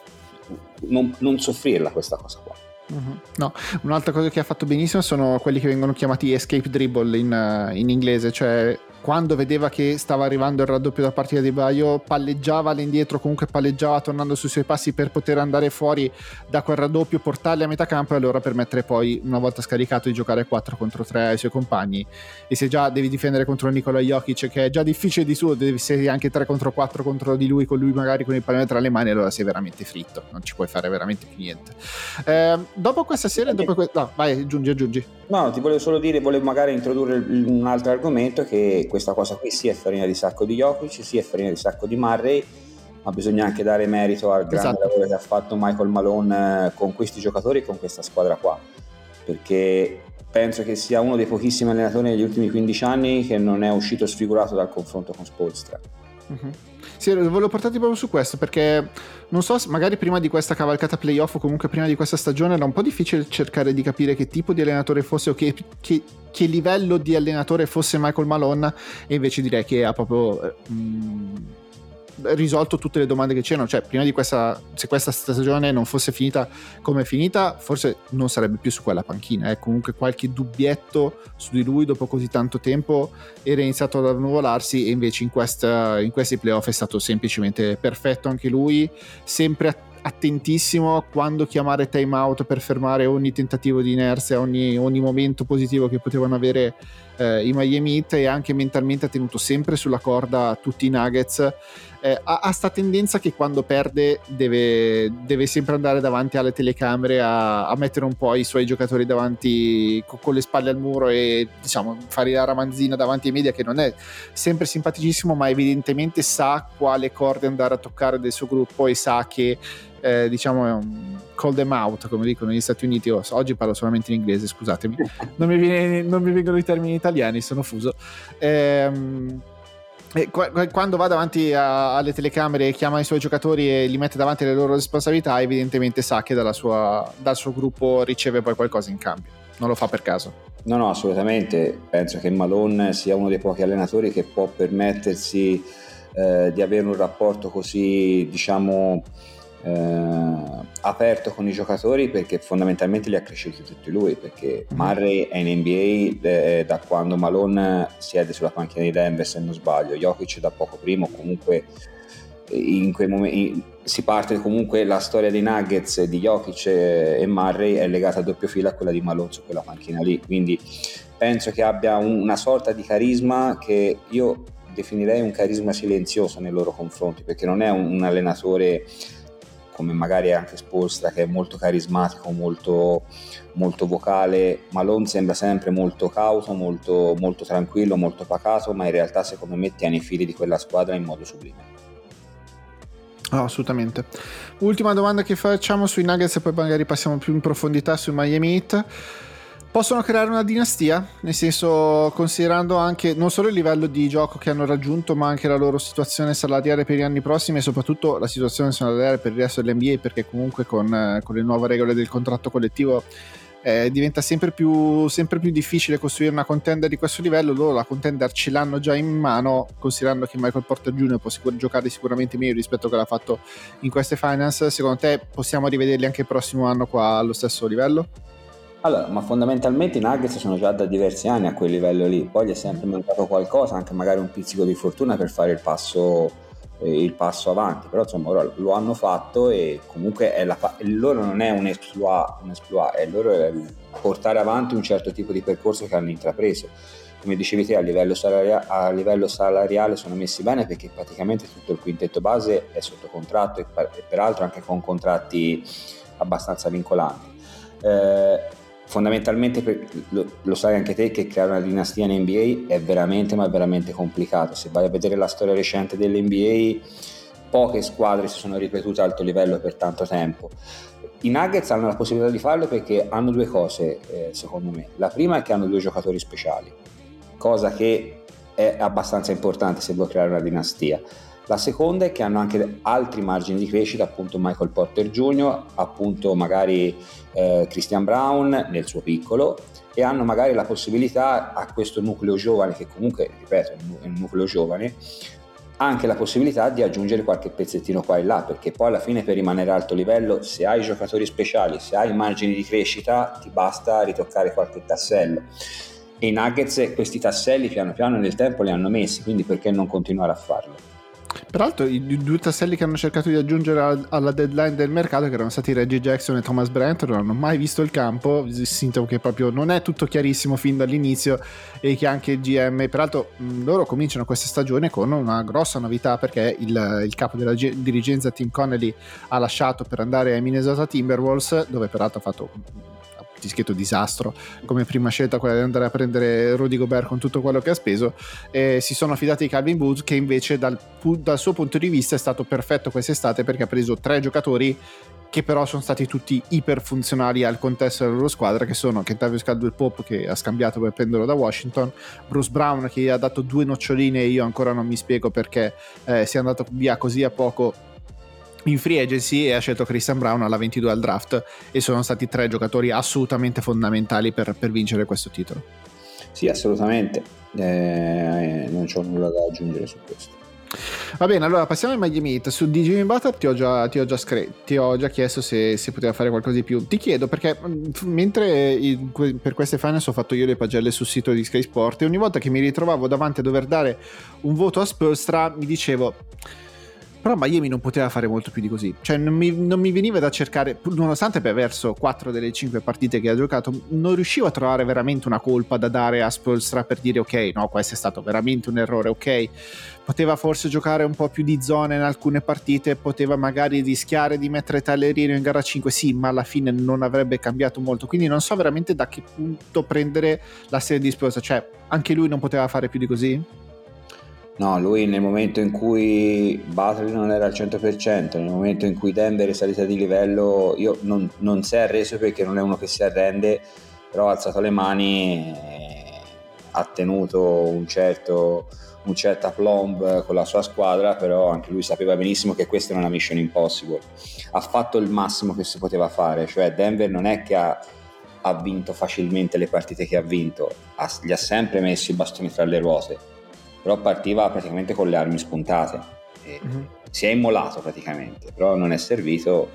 non soffrirla questa cosa qua. No, un'altra cosa che ha fatto benissimo sono quelli che vengono chiamati escape dribble in inglese, cioè quando vedeva che stava arrivando il raddoppio da parte di Adebayo palleggiava all'indietro, comunque palleggiava tornando sui suoi passi per poter andare fuori da quel raddoppio, portarli a metà campo e allora permettere poi, una volta scaricato, di giocare 4 contro 3 ai suoi compagni. E se già devi difendere contro Nikola Jokic, che è già difficile di suo, devi essere anche 3 contro 4 contro di lui, con lui magari con il pallone tra le mani, allora sei veramente fritto, non ci puoi fare veramente più niente. Dopo questa serie, no, vai, aggiungi. No, ti volevo solo dire, volevo magari introdurre un altro argomento, che questa cosa qui sì è farina di sacco di Jokic, sì è farina di sacco di Murray, ma bisogna anche dare merito al grande lavoro che ha fatto Michael Malone con questi giocatori e con questa squadra qua, perché penso che sia uno dei pochissimi allenatori negli ultimi 15 anni che non è uscito sfigurato dal confronto con Spoelstra. Sì, volevo portarti proprio su questo, perché non so, magari prima di questa cavalcata playoff o comunque prima di questa stagione era un po' difficile cercare di capire che tipo di allenatore fosse o che livello di allenatore fosse Michael Malone, e invece direi che ha proprio risolto tutte le domande che c'erano. Cioè, prima di se questa stagione non fosse finita come è finita, forse non sarebbe più su quella panchina, comunque qualche dubbietto su di lui dopo così tanto tempo era iniziato ad annuvolarsi, e invece in questi playoff è stato semplicemente perfetto anche lui, sempre attentissimo a quando chiamare time out per fermare ogni tentativo di inerzia, ogni momento positivo che potevano avere i Miami Heat, e anche mentalmente ha tenuto sempre sulla corda tutti i Nuggets. Ha sta tendenza che quando perde deve sempre andare davanti alle telecamere a mettere un po' i suoi giocatori davanti con le spalle al muro e diciamo fare la ramanzina davanti ai media, che non è sempre simpaticissimo, ma evidentemente sa quale corde andare a toccare del suo gruppo e sa che diciamo è un call them out, come dicono negli Stati Uniti. Oggi parlo solamente in inglese, scusatemi, non mi vengono i termini italiani, sono fuso. Quando va davanti alle telecamere e chiama i suoi giocatori e li mette davanti alle loro responsabilità, evidentemente sa che dal suo gruppo riceve poi qualcosa in cambio, non lo fa per caso. No, assolutamente. Penso che Malone sia uno dei pochi allenatori che può permettersi di avere un rapporto così, diciamo, aperto con i giocatori, perché fondamentalmente li ha cresciuti tutti lui, perché Murray è in NBA da quando Malone siede sulla panchina di Denver, se non sbaglio. Jokic da poco prima, comunque in quei momenti si parte comunque, la storia dei Nuggets di Jokic e Murray è legata a doppio filo a quella di Malone su quella panchina lì, quindi penso che abbia una sorta di carisma che io definirei un carisma silenzioso nei loro confronti, perché non è un allenatore come magari anche Spoelstra, che è molto carismatico, molto, molto vocale. Malone sembra sempre molto cauto, molto, molto tranquillo, molto pacato, ma in realtà secondo me tiene i fili di quella squadra in modo sublime. Assolutamente. Ultima domanda che facciamo sui Nuggets e poi magari passiamo più in profondità su Miami Heat. Possono creare una dinastia? Nel senso, considerando anche non solo il livello di gioco che hanno raggiunto, ma anche la loro situazione salariale per gli anni prossimi e soprattutto la situazione salariale per il resto dell'NBA, perché comunque con le nuove regole del contratto collettivo diventa sempre più difficile costruire una contender di questo livello. Loro la contender ce l'hanno già in mano, considerando che Michael Porter Jr. può giocare sicuramente meglio rispetto a che l'ha fatto in queste finals. Secondo te possiamo rivederli anche il prossimo anno qua allo stesso livello? Allora, ma fondamentalmente i Nuggets sono già da diversi anni a quel livello lì, poi gli è sempre mancato qualcosa, anche magari un pizzico di fortuna per fare il passo avanti, però insomma ora lo hanno fatto e comunque il loro non è un exploit, è il loro è portare avanti un certo tipo di percorso che hanno intrapreso. Come dicevi te, a livello salariale sono messi bene, perché praticamente tutto il quintetto base è sotto contratto e peraltro anche con contratti abbastanza vincolanti. Fondamentalmente lo sai anche te che creare una dinastia in NBA è veramente, ma veramente complicato. Se vai a vedere la storia recente dell'NBA, poche squadre si sono ripetute a alto livello per tanto tempo. I Nuggets hanno la possibilità di farlo perché hanno due cose, secondo me. La prima è che hanno due giocatori speciali, cosa che è abbastanza importante se vuoi creare una dinastia. La seconda è che hanno anche altri margini di crescita, appunto Michael Porter Jr., appunto magari Christian Braun nel suo piccolo, e hanno magari la possibilità a questo nucleo giovane, che comunque, ripeto, è un nucleo giovane, anche la possibilità di aggiungere qualche pezzettino qua e là, perché poi alla fine per rimanere a alto livello, se hai giocatori speciali, se hai margini di crescita, ti basta ritoccare qualche tassello. E i Nuggets questi tasselli piano piano nel tempo li hanno messi, quindi perché non continuare a farlo? Peraltro i due tasselli che hanno cercato di aggiungere alla deadline del mercato, che erano stati Reggie Jackson e Thomas Bryant, non hanno mai visto il campo. Sintomo che proprio non è tutto chiarissimo fin dall'inizio, e che anche il GM, peraltro loro cominciano questa stagione con una grossa novità, perché il capo della dirigenza Tim Connelly ha lasciato per andare ai Minnesota Timberwolves, dove peraltro ha fatto dischetto disastro come prima scelta, quella di andare a prendere Rudy Gobert con tutto quello che ha speso. Si sono affidati a Calvin Booth, che invece dal suo punto di vista è stato perfetto quest'estate, perché ha preso 3 giocatori che però sono stati tutti iperfunzionali al contesto della loro squadra, che sono Kentavious Caldwell-Pope, che ha scambiato per prenderlo da Washington, Bruce Brown, che gli ha dato 2 noccioline e io ancora non mi spiego perché sia andato via così a poco in free agency, e ha scelto Christian Braun alla 22 al draft, e sono stati 3 giocatori assolutamente fondamentali per vincere questo titolo. Sì, assolutamente, non c'ho nulla da aggiungere su questo. Va bene, allora passiamo ai Miami Heat. Su di Jimmy Butler ti ho già chiesto se poteva fare qualcosa di più. Ti chiedo perché mentre per queste finals ho fatto io le pagelle sul sito di Sky Sport, e ogni volta che mi ritrovavo davanti a dover dare un voto a Spoelstra mi dicevo: Però Miami non poteva fare molto più di così, cioè non mi veniva da cercare, nonostante abbia perso 4 delle 5 partite che ha giocato, non riuscivo a trovare veramente una colpa da dare a Spoelstra per dire ok, no, questo è stato veramente un errore, ok, poteva forse giocare un po' più di zone in alcune partite, poteva magari rischiare di mettere Tyler Hero in gara 5, sì, ma alla fine non avrebbe cambiato molto, quindi non so veramente da che punto prendere la serie di Spoelstra, cioè anche lui non poteva fare più di così? No, lui nel momento in cui Butler non era al 100%, nel momento in cui Denver è salita di livello, io non si è arreso perché non è uno che si arrende, però ha alzato le mani, ha tenuto un certo aplomb con la sua squadra, però anche lui sapeva benissimo che questa è una mission impossible. Ha fatto il massimo che si poteva fare, cioè Denver non è che ha vinto facilmente le partite che ha vinto, gli ha sempre messo i bastoni tra le ruote, però partiva praticamente con le armi spuntate e si è immolato praticamente, però non è servito.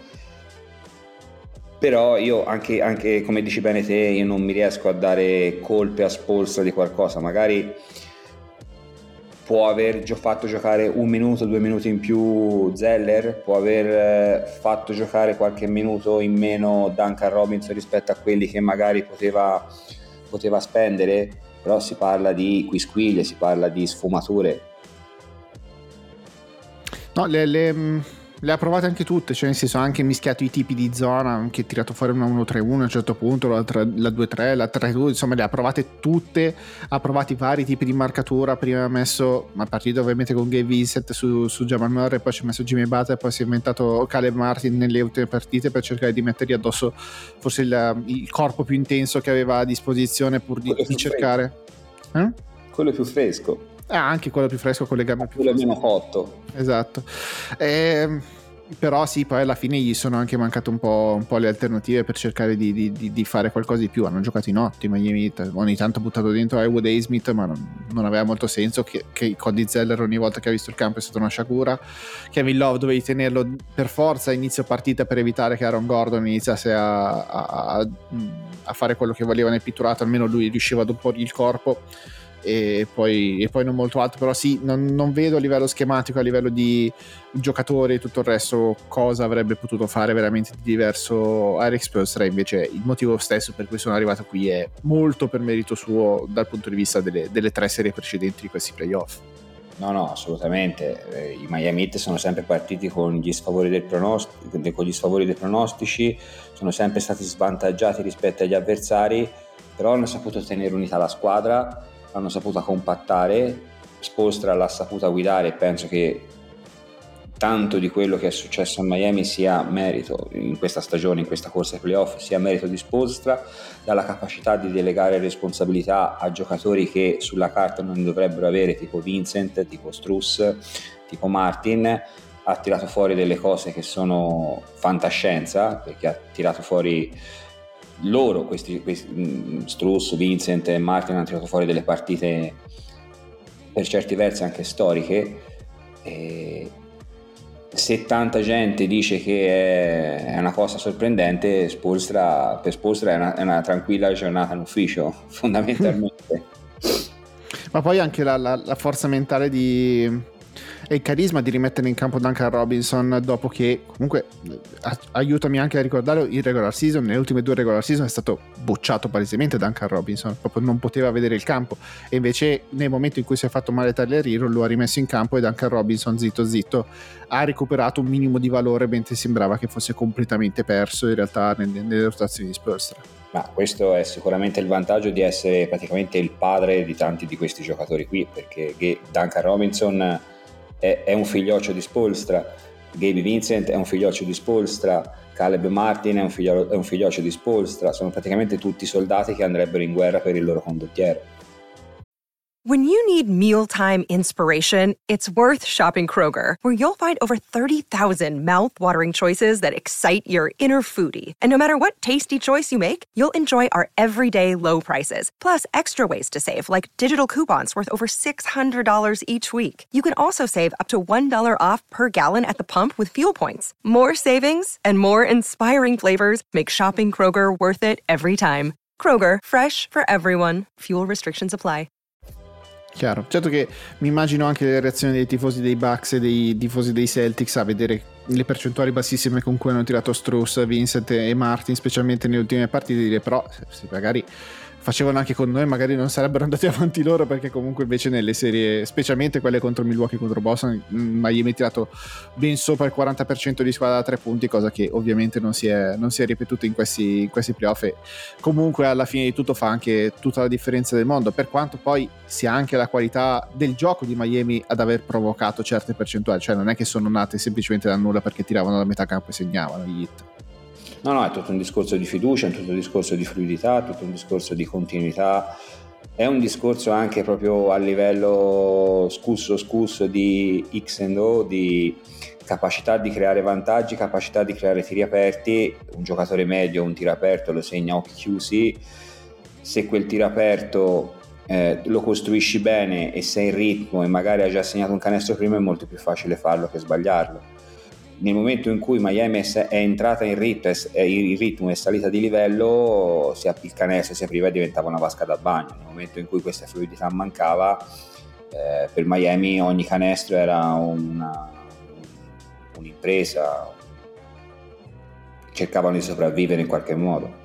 Però io anche come dici bene te, io non mi riesco a dare colpe a Spoelstra di qualcosa, magari può aver fatto giocare 1 minuto, 2 minuti in più Zeller, può aver fatto giocare qualche minuto in meno Duncan Robinson rispetto a quelli che magari poteva spendere, però si parla di quisquiglie, si parla di sfumature. No, le ha provate anche tutte, cioè nel senso ha anche mischiato i tipi di zona, anche tirato fuori una 1-3-1 a un certo punto, la 2-3, la 3-2, insomma le ha provate tutte, ha provato i vari tipi di marcatura, prima ha messo, ma partito ovviamente con Gabe Vincent su Jamal Murray, poi ci ha messo Jimmy Butler, poi si è inventato Caleb Martin nelle ultime partite per cercare di mettergli addosso forse il corpo più intenso che aveva a disposizione pur di cercare. Quello è più fresco. Anche quello più fresco con le gambe più fresche. Quello meno cotto. Esatto. Però sì, poi alla fine gli sono anche mancate un po' le alternative per cercare di fare qualcosa di più. Hanno giocato in ottima Miami, ogni tanto buttato dentro Haywood e Smith, ma non aveva molto senso che Cody Zeller ogni volta che ha visto il campo è stata una sciagura. Kevin Love dovevi tenerlo per forza a inizio partita per evitare che Aaron Gordon iniziasse a fare quello che voleva nel pitturato, almeno lui riusciva ad opporgli il corpo. E poi non molto altro, però sì, non vedo a livello schematico, a livello di giocatori e tutto il resto cosa avrebbe potuto fare veramente di diverso Eric Spoelstra. Invece il motivo stesso per cui sono arrivato qui è molto per merito suo dal punto di vista delle 3 serie precedenti di questi playoff. No, assolutamente. I Miami Heat sono sempre partiti con gli sfavori dei pronostici, sono sempre stati svantaggiati rispetto agli avversari, però hanno saputo tenere unita la squadra, hanno saputo compattare. Spoelstra l'ha saputa guidare e penso che tanto di quello che è successo a Miami sia merito in questa stagione, in questa corsa ai playoff, sia merito di Spoelstra, dalla capacità di delegare responsabilità a giocatori che sulla carta non ne dovrebbero avere, tipo Vincent, tipo Strus, tipo Martin. Ha tirato fuori delle cose che sono fantascienza, perché ha tirato fuori loro, questi Strus, Vincent e Martin hanno tirato fuori delle partite per certi versi anche storiche. Se tanta gente dice che è una cosa sorprendente, per Spoelstra è una tranquilla giornata in ufficio, fondamentalmente. Ma poi anche la forza mentale e il carisma di rimettere in campo Duncan Robinson dopo che comunque, aiutami anche a ricordare, il regular season, nelle ultime 2 regular season è stato bocciato palesemente Duncan Robinson, proprio non poteva vedere il campo, e invece nel momento in cui si è fatto male Tyler Hero lo ha rimesso in campo e Duncan Robinson zitto ha recuperato un minimo di valore, mentre sembrava che fosse completamente perso in realtà nelle rotazioni di Spoelstra. Ma questo è sicuramente il vantaggio di essere praticamente il padre di tanti di questi giocatori qui, perché Duncan Robinson è un figlioccio di Spoelstra, Gabe Vincent è un figlioccio di Spoelstra, Caleb Martin è un figlioccio di Spoelstra, sono praticamente tutti soldati che andrebbero in guerra per il loro condottiero. When you need mealtime inspiration, it's worth shopping Kroger, where you'll find over 30,000 mouth-watering choices that excite your inner foodie. And no matter what tasty choice you make, you'll enjoy our everyday low prices, plus extra ways to save, like digital coupons worth over $600 each week. You can also save up to $1 off per gallon at the pump with fuel points. More savings and more inspiring flavors make shopping Kroger worth it every time. Kroger, fresh for everyone. Fuel restrictions apply. Chiaro, certo che mi immagino anche le reazioni dei tifosi dei Bucks e dei tifosi dei Celtics a vedere le percentuali bassissime con cui hanno tirato Strus, Vincent e Martin, specialmente nelle ultime partite, dire però se magari facevano anche con noi magari non sarebbero andati avanti loro, perché comunque invece nelle serie, specialmente quelle contro Milwaukee, contro Boston, Miami ha tirato ben sopra il 40% di squadra da 3 punti, cosa che ovviamente non si è ripetuta in questi playoff, e comunque alla fine di tutto fa anche tutta la differenza del mondo, per quanto poi sia anche la qualità del gioco di Miami ad aver provocato certe percentuali, cioè non è che sono nate semplicemente da nulla perché tiravano da metà campo e segnavano gli hit. No, è tutto un discorso di fiducia, è tutto un discorso di fluidità, è tutto un discorso di continuità, è un discorso anche proprio a livello scusso di X and O, di capacità di creare vantaggi, capacità di creare tiri aperti. Un giocatore medio un tiro aperto lo segna a occhi chiusi, se quel tiro aperto lo costruisci bene e sei in ritmo e magari hai già segnato un canestro prima, è molto più facile farlo che sbagliarlo. Nel momento in cui Miami è entrata in ritmo e è salita di livello, il canestro si apriva e diventava una vasca da bagno. Nel momento in cui questa fluidità mancava, per Miami ogni canestro era un'impresa, cercavano di sopravvivere in qualche modo.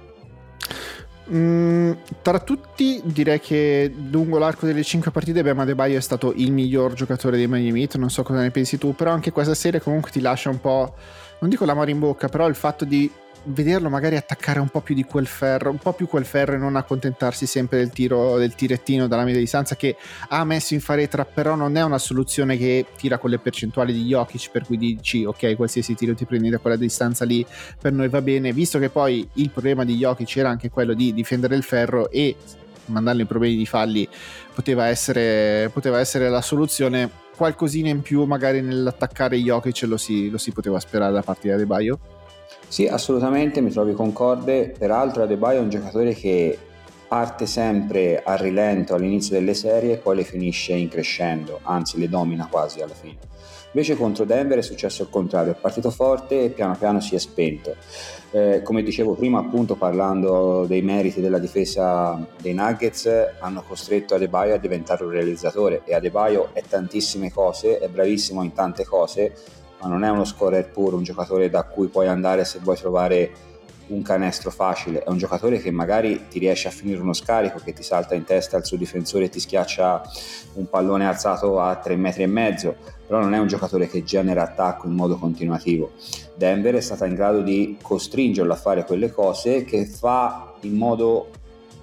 Tra tutti direi che lungo l'arco delle 5 partite Bam Adebayo è stato il miglior giocatore dei Miami Heat, non so cosa ne pensi tu, però anche questa serie comunque ti lascia un po', non dico l'amaro in bocca, però il fatto di vederlo magari attaccare un po' più di quel ferro, un po' più quel ferro, e non accontentarsi sempre del tirettino dalla media distanza che ha messo in faretra, però non è una soluzione che tira con le percentuali di Jokic, per cui dici ok, qualsiasi tiro ti prendi da quella distanza lì per noi va bene, visto che poi il problema di Jokic era anche quello di difendere il ferro e mandarlo in problemi di falli poteva essere la soluzione. Qualcosina in più magari nell'attaccare Jokic lo si poteva sperare da parte di Adebayo. Sì, assolutamente, mi trovi concorde. Peraltro Adebayo è un giocatore che parte sempre a rilento all'inizio delle serie e poi le finisce in crescendo, anzi le domina quasi alla fine. Invece contro Denver è successo il contrario, è partito forte e piano piano si è spento. Come dicevo prima, appunto, parlando dei meriti della difesa dei Nuggets, hanno costretto Adebayo a diventare un realizzatore, e Adebayo è tantissime cose, è bravissimo in tante cose, ma non è uno scorer puro, un giocatore da cui puoi andare se vuoi trovare un canestro facile. È un giocatore che magari ti riesce a finire uno scarico, che ti salta in testa al suo difensore e ti schiaccia un pallone alzato a 3,5 metri, però non è un giocatore che genera attacco in modo continuativo. Denver è stata in grado di costringerlo a fare quelle cose che fa in modo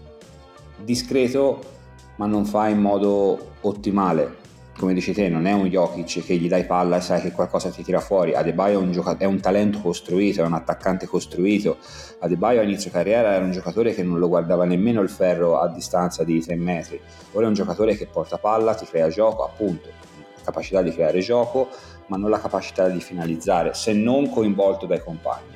discreto, ma non fa in modo ottimale. Come dici te, non è un Jokic che gli dai palla e sai che qualcosa ti tira fuori. Adebayo è un talento costruito, è un attaccante costruito. Adebayo a inizio carriera era un giocatore che non lo guardava nemmeno il ferro a distanza di 3 metri. Ora è un giocatore che porta palla, ti crea gioco, appunto, la capacità di creare gioco, ma non la capacità di finalizzare, se non coinvolto dai compagni.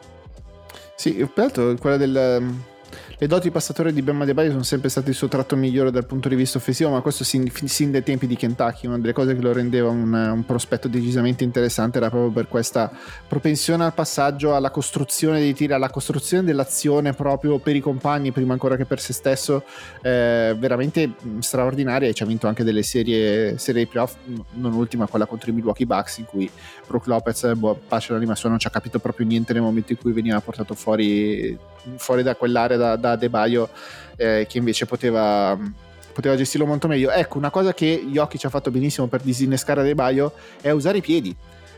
Sì, peraltro quella le doti passatore di Bam Adebayo sono sempre state il suo tratto migliore dal punto di vista offensivo, ma questo sin dai tempi di Kentucky. Una delle cose che lo rendeva un prospetto decisamente interessante era proprio per questa propensione al passaggio, alla costruzione dei tiri, alla costruzione dell'azione proprio per i compagni prima ancora che per se stesso, veramente straordinaria, e ci ha vinto anche delle serie di playoff, non ultima quella contro i Milwaukee Bucks, in cui Brook Lopez, pace all'anima sua, non ci ha capito proprio niente nel momento in cui veniva portato fuori da quell'area da Adebayo, che invece poteva gestirlo molto meglio. Ecco, una cosa che Jokic ha fatto benissimo per disinnescare Adebayo è usare i piedi,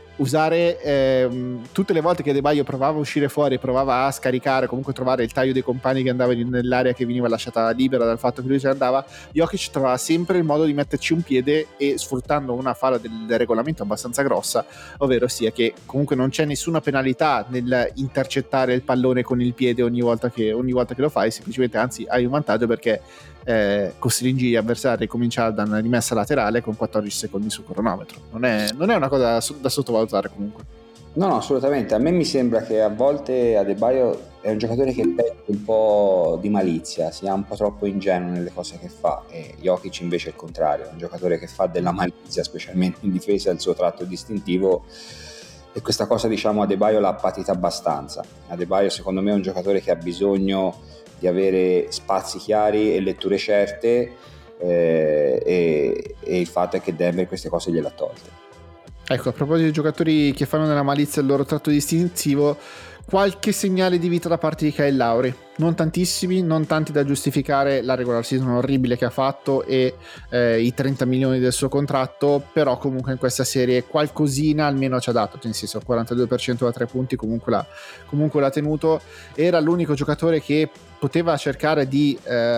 tutte le volte che Adebayo provava a uscire fuori, provava a scaricare, comunque trovare il taglio dei compagni che andavano nell'area che veniva lasciata libera dal fatto che lui se ne andava, Jokic trovava sempre il modo di metterci un piede, e sfruttando una falla del regolamento abbastanza grossa, ovvero sia che comunque non c'è nessuna penalità nel intercettare il pallone con il piede ogni volta che lo fai, semplicemente anzi hai un vantaggio perché costringi gli avversari a cominciare da una rimessa laterale con 14 secondi sul cronometro. Non è una cosa da sottovalutare comunque. No, assolutamente. A me mi sembra che a volte Adebayo è un giocatore che perde un po' di malizia, sia un po' troppo ingenuo nelle cose che fa, e Jokic invece è il contrario, è un giocatore che fa della malizia, specialmente in difesa, il suo tratto distintivo, e questa cosa, diciamo, Adebayo l'ha patita abbastanza. Adebayo secondo me è un giocatore che ha bisogno di avere spazi chiari e letture certe, e il fatto è che Denver queste cose gliel'ha tolte. Ecco, a proposito di giocatori che fanno nella malizia il loro tratto distintivo, qualche segnale di vita da parte di Kyle Lowry, non tantissimi, non tanti da giustificare la regular season orribile che ha fatto e i 30 milioni del suo contratto, però comunque in questa serie qualcosina almeno ci ha dato, nel senso 42% da 3 punti comunque l'ha tenuto. Era l'unico giocatore che poteva cercare di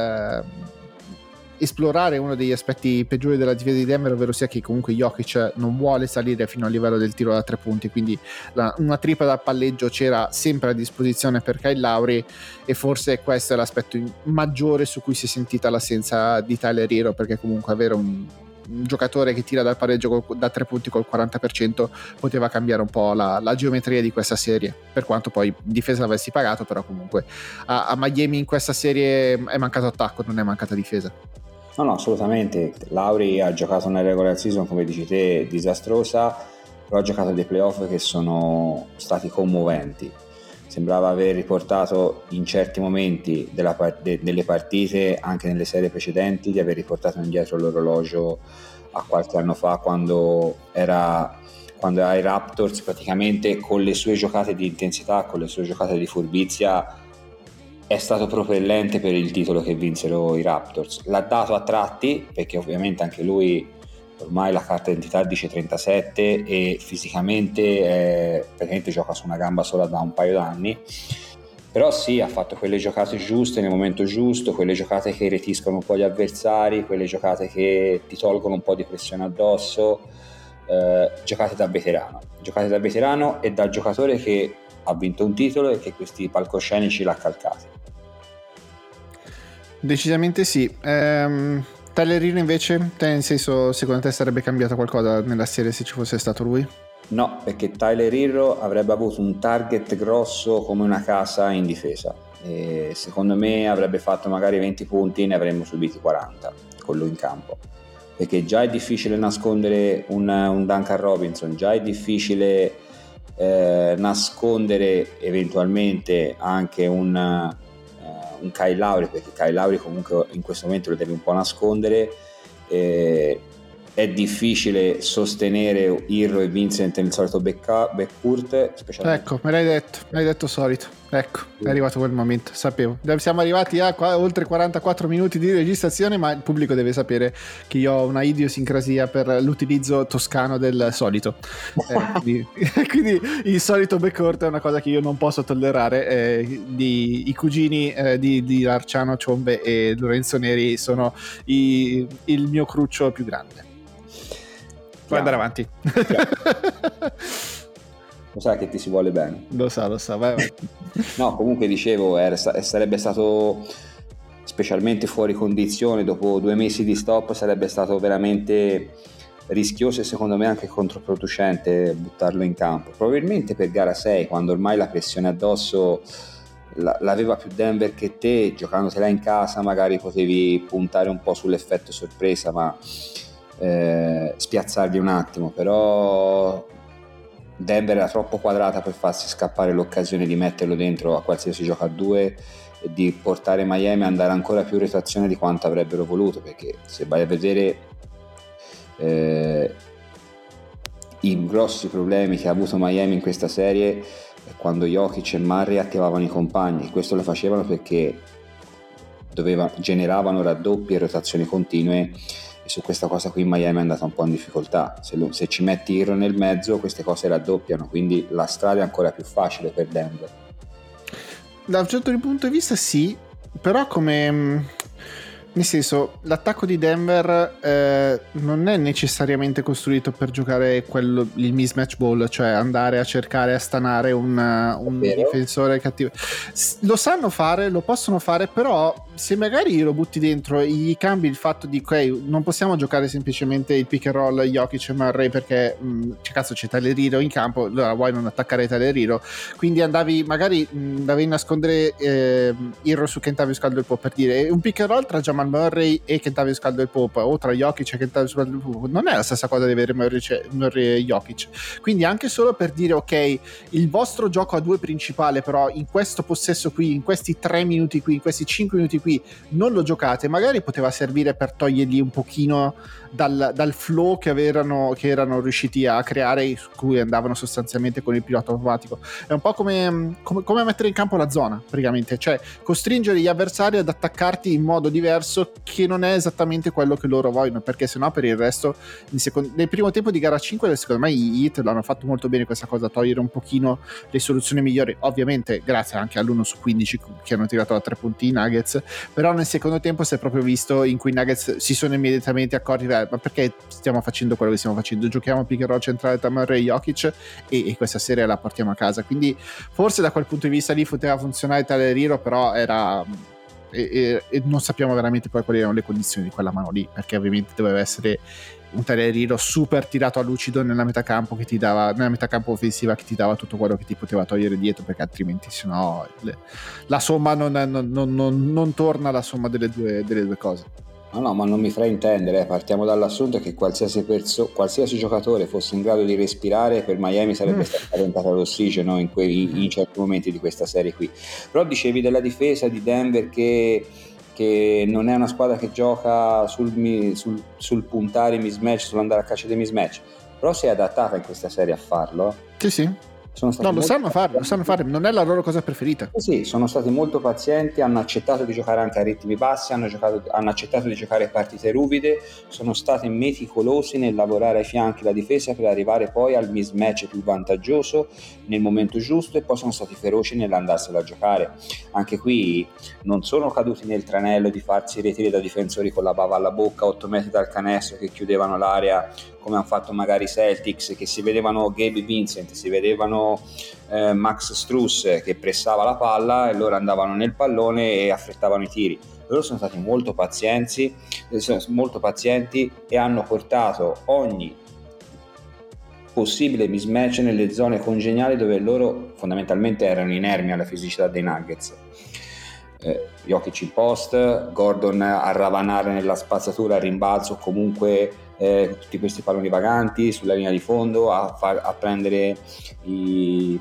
esplorare uno degli aspetti peggiori della difesa di Denver, ovvero sia che comunque Jokic non vuole salire fino al livello del tiro da 3 punti, quindi una tripla da palleggio c'era sempre a disposizione per Kyle Lowry, e forse questo è l'aspetto maggiore su cui si è sentita l'assenza di Tyler Hero, perché comunque avere un giocatore che tira dal pareggio da 3 punti col 40% poteva cambiare un po' la geometria di questa serie, per quanto poi difesa l'avessi pagato, però comunque a Miami in questa serie è mancato attacco, non è mancata difesa. No, assolutamente. Lowry ha giocato una regular season, come dici te, disastrosa, però ha giocato dei playoff che sono stati commoventi. Sembrava aver riportato in certi momenti delle partite, anche nelle serie precedenti, di aver riportato indietro l'orologio a qualche anno fa, quando ai Raptors, praticamente con le sue giocate di intensità, con le sue giocate di furbizia, è stato propellente per il titolo che vinsero i Raptors. L'ha dato a tratti, perché ovviamente anche lui ormai la carta d'identità dice 37 e fisicamente praticamente gioca su una gamba sola da un paio d'anni, però sì, ha fatto quelle giocate giuste nel momento giusto, quelle giocate che irretiscono un po' gli avversari, quelle giocate che ti tolgono un po' di pressione addosso, giocate da veterano e da giocatore che ha vinto un titolo e che questi palcoscenici l'ha calcati. Decisamente sì. Tyler Hero invece, nel senso, secondo te sarebbe cambiato qualcosa nella serie se ci fosse stato lui? No, perché Tyler Hero avrebbe avuto un target grosso come una casa in difesa e secondo me avrebbe fatto magari 20 punti, ne avremmo subiti 40 con lui in campo, perché già è difficile nascondere un Duncan Robinson, già è difficile nascondere eventualmente anche un Kyle Lowry, perché Kyle Lowry comunque in questo momento lo devi un po' nascondere, è difficile sostenere Hero e Vincent nel solito backcourt, specialmente. Ecco, me l'hai detto solito, ecco, è arrivato quel momento, sapevo. Siamo arrivati a oltre 44 minuti di registrazione, ma il pubblico deve sapere che io ho una idiosincrasia per l'utilizzo toscano del solito, quindi il solito backcourt è una cosa che io non posso tollerare. I cugini di Arciano Ciombe e Lorenzo Neri sono il mio cruccio più grande. Puoi andare avanti. Lo sai che ti si vuole bene. Lo sa, vai avanti. No, comunque dicevo, sarebbe stato, specialmente fuori condizione, dopo 2 mesi di stop, sarebbe stato veramente rischioso e secondo me anche controproducente buttarlo in campo. Probabilmente per gara 6, quando ormai la pressione addosso l'aveva più Denver che te, giocandotela in casa magari potevi puntare un po' sull'effetto sorpresa, ma spiazzarli un attimo, però Denver era troppo quadrata per farsi scappare l'occasione di metterlo dentro a qualsiasi gioco a 2 e di portare Miami a andare ancora più in rotazione di quanto avrebbero voluto, perché se vai a vedere i grossi problemi che ha avuto Miami in questa serie è quando Jokic e Murray attivavano i compagni. Questo lo facevano perché generavano raddoppi e rotazioni continue, e su questa cosa qui Miami è andata un po' in difficoltà. Se ci metti Hero nel mezzo queste cose raddoppiano, quindi la strada è ancora più facile per Denver. Da un certo punto di vista sì, però nel senso, l'attacco di Denver non è necessariamente costruito per giocare il mismatch ball, cioè andare a cercare a stanare un difensore cattivo. Lo sanno fare, lo possono fare, però se magari lo butti dentro e gli cambi il fatto di ok, non possiamo giocare semplicemente il pick and roll Jokic e Murray perché c'è Tyler Hero in campo, allora vuoi non attaccare Tyler Hero, quindi andavi a nascondere Hero su Kentavious Caldwell-Pope, per dire un pick and roll tra Jamal Murray e Kentavious Caldwell-Pope o tra Jokic e Kentavious Caldwell-Pope non è la stessa cosa di avere Murray e Jokic, quindi anche solo per dire ok, il vostro gioco a 2 principale però in questo possesso qui, in questi 3 minuti qui, in questi 5 minuti qui non lo giocate, magari poteva servire per togliergli un pochino dal flow che erano riusciti a creare, su cui andavano sostanzialmente con il pilota automatico. È un po' come mettere in campo la zona, praticamente, cioè costringere gli avversari ad attaccarti in modo diverso, che non è esattamente quello che loro vogliono, perché sennò per il resto nel primo tempo di gara 5 secondo me i Heat l'hanno fatto molto bene questa cosa, togliere un pochino le soluzioni migliori, ovviamente grazie anche all'1/15 che hanno tirato a 3 punti i Nuggets, però nel secondo tempo si è proprio visto in cui i Nuggets si sono immediatamente accorti, ma perché stiamo facendo quello che stiamo facendo, giochiamo pick and roll centrale tra Murray e Jokic e questa serie la portiamo a casa, quindi forse da quel punto di vista lì poteva funzionare Tyler Hero, però era e non sappiamo veramente poi quali erano le condizioni di quella mano lì, perché ovviamente doveva essere un Tyler Hero super tirato a lucido nella metacampo offensiva, che ti dava tutto quello che ti poteva togliere dietro, perché altrimenti sennò la somma non torna alla somma delle due cose. No, ma non mi fraintendere, partiamo dall'assunto che qualsiasi giocatore fosse in grado di respirare, per Miami sarebbe stata diventata l'ossigeno in certi momenti di questa serie qui. Però dicevi della difesa di Denver che non è una squadra che gioca sul puntare i mismatch, sull'andare a caccia dei mismatch, però si è adattata in questa serie a farlo. Sì. Lo sanno fare, non è la loro cosa preferita. Sì, sono stati molto pazienti, hanno accettato di giocare anche a ritmi bassi, hanno accettato di giocare partite ruvide, sono stati meticolosi nel lavorare ai fianchi la difesa per arrivare poi al mismatch più vantaggioso nel momento giusto, e poi sono stati feroci nell'andarsela a giocare. Anche qui non sono caduti nel tranello di farsi retire da difensori con la bava alla bocca, 8 metri dal canestro, che chiudevano l'area come hanno fatto magari i Celtics, che si vedevano Gabe Vincent, si vedevano Max Strus che pressava la palla e loro andavano nel pallone e affrettavano i tiri. Loro sono stati molto pazienti e hanno portato ogni possibile mismatch nelle zone congeniali dove loro fondamentalmente erano inermi alla fisicità dei Nuggets. Jokic in post, Gordon a ravanare nella spazzatura, a rimbalzo, comunque tutti questi palloni vaganti sulla linea di fondo, a prendere i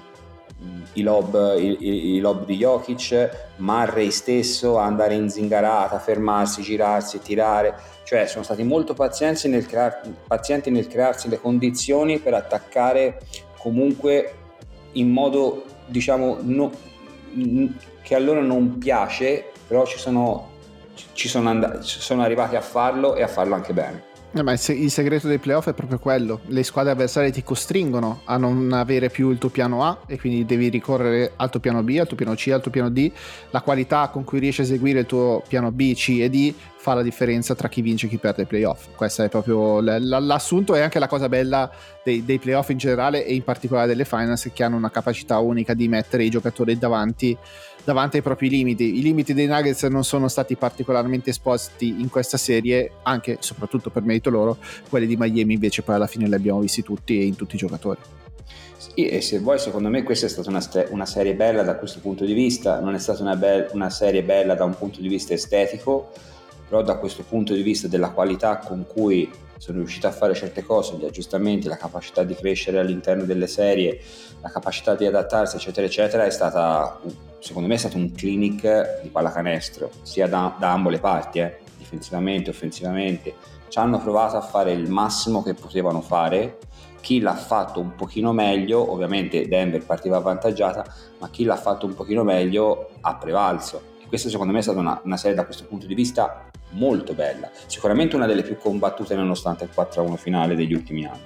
lob di Jokic, Murray stesso a andare in zingarata, fermarsi, girarsi, tirare. Cioè sono stati molto pazienti nel crearsi le condizioni per attaccare comunque in modo, diciamo, che a loro non piace, però sono arrivati a farlo e a farlo anche bene. Ma il segreto dei playoff è proprio quello: le squadre avversarie ti costringono a non avere più il tuo piano A, e quindi devi ricorrere al tuo piano B, al tuo piano C, al tuo piano D. La qualità con cui riesci a eseguire il tuo piano B, C e D fa la differenza tra chi vince e chi perde i playoff. Questo è proprio l'assunto, e anche la cosa bella dei playoff in generale, e in particolare delle finals, che hanno una capacità unica di mettere i giocatori davanti ai propri limiti. I limiti dei Nuggets non sono stati particolarmente esposti in questa serie, anche soprattutto per merito loro. Quelli di Miami invece poi alla fine li abbiamo visti tutti e in tutti i giocatori. Sì, e se vuoi, secondo me questa è stata una serie bella da questo punto di vista. Non è stata una serie bella da un punto di vista estetico, però da questo punto di vista della qualità con cui sono riuscito a fare certe cose, gli aggiustamenti, la capacità di crescere all'interno delle serie, la capacità di adattarsi, eccetera eccetera, secondo me è stato un clinic di pallacanestro, sia da ambo le parti, difensivamente, offensivamente. Ci hanno provato a fare il massimo che potevano fare. Chi l'ha fatto un pochino meglio, ovviamente Denver partiva avvantaggiata, ma chi l'ha fatto un pochino meglio ha prevalso. E questa secondo me è stata una serie da questo punto di vista molto bella, sicuramente una delle più combattute nonostante il 4-1 finale degli ultimi anni.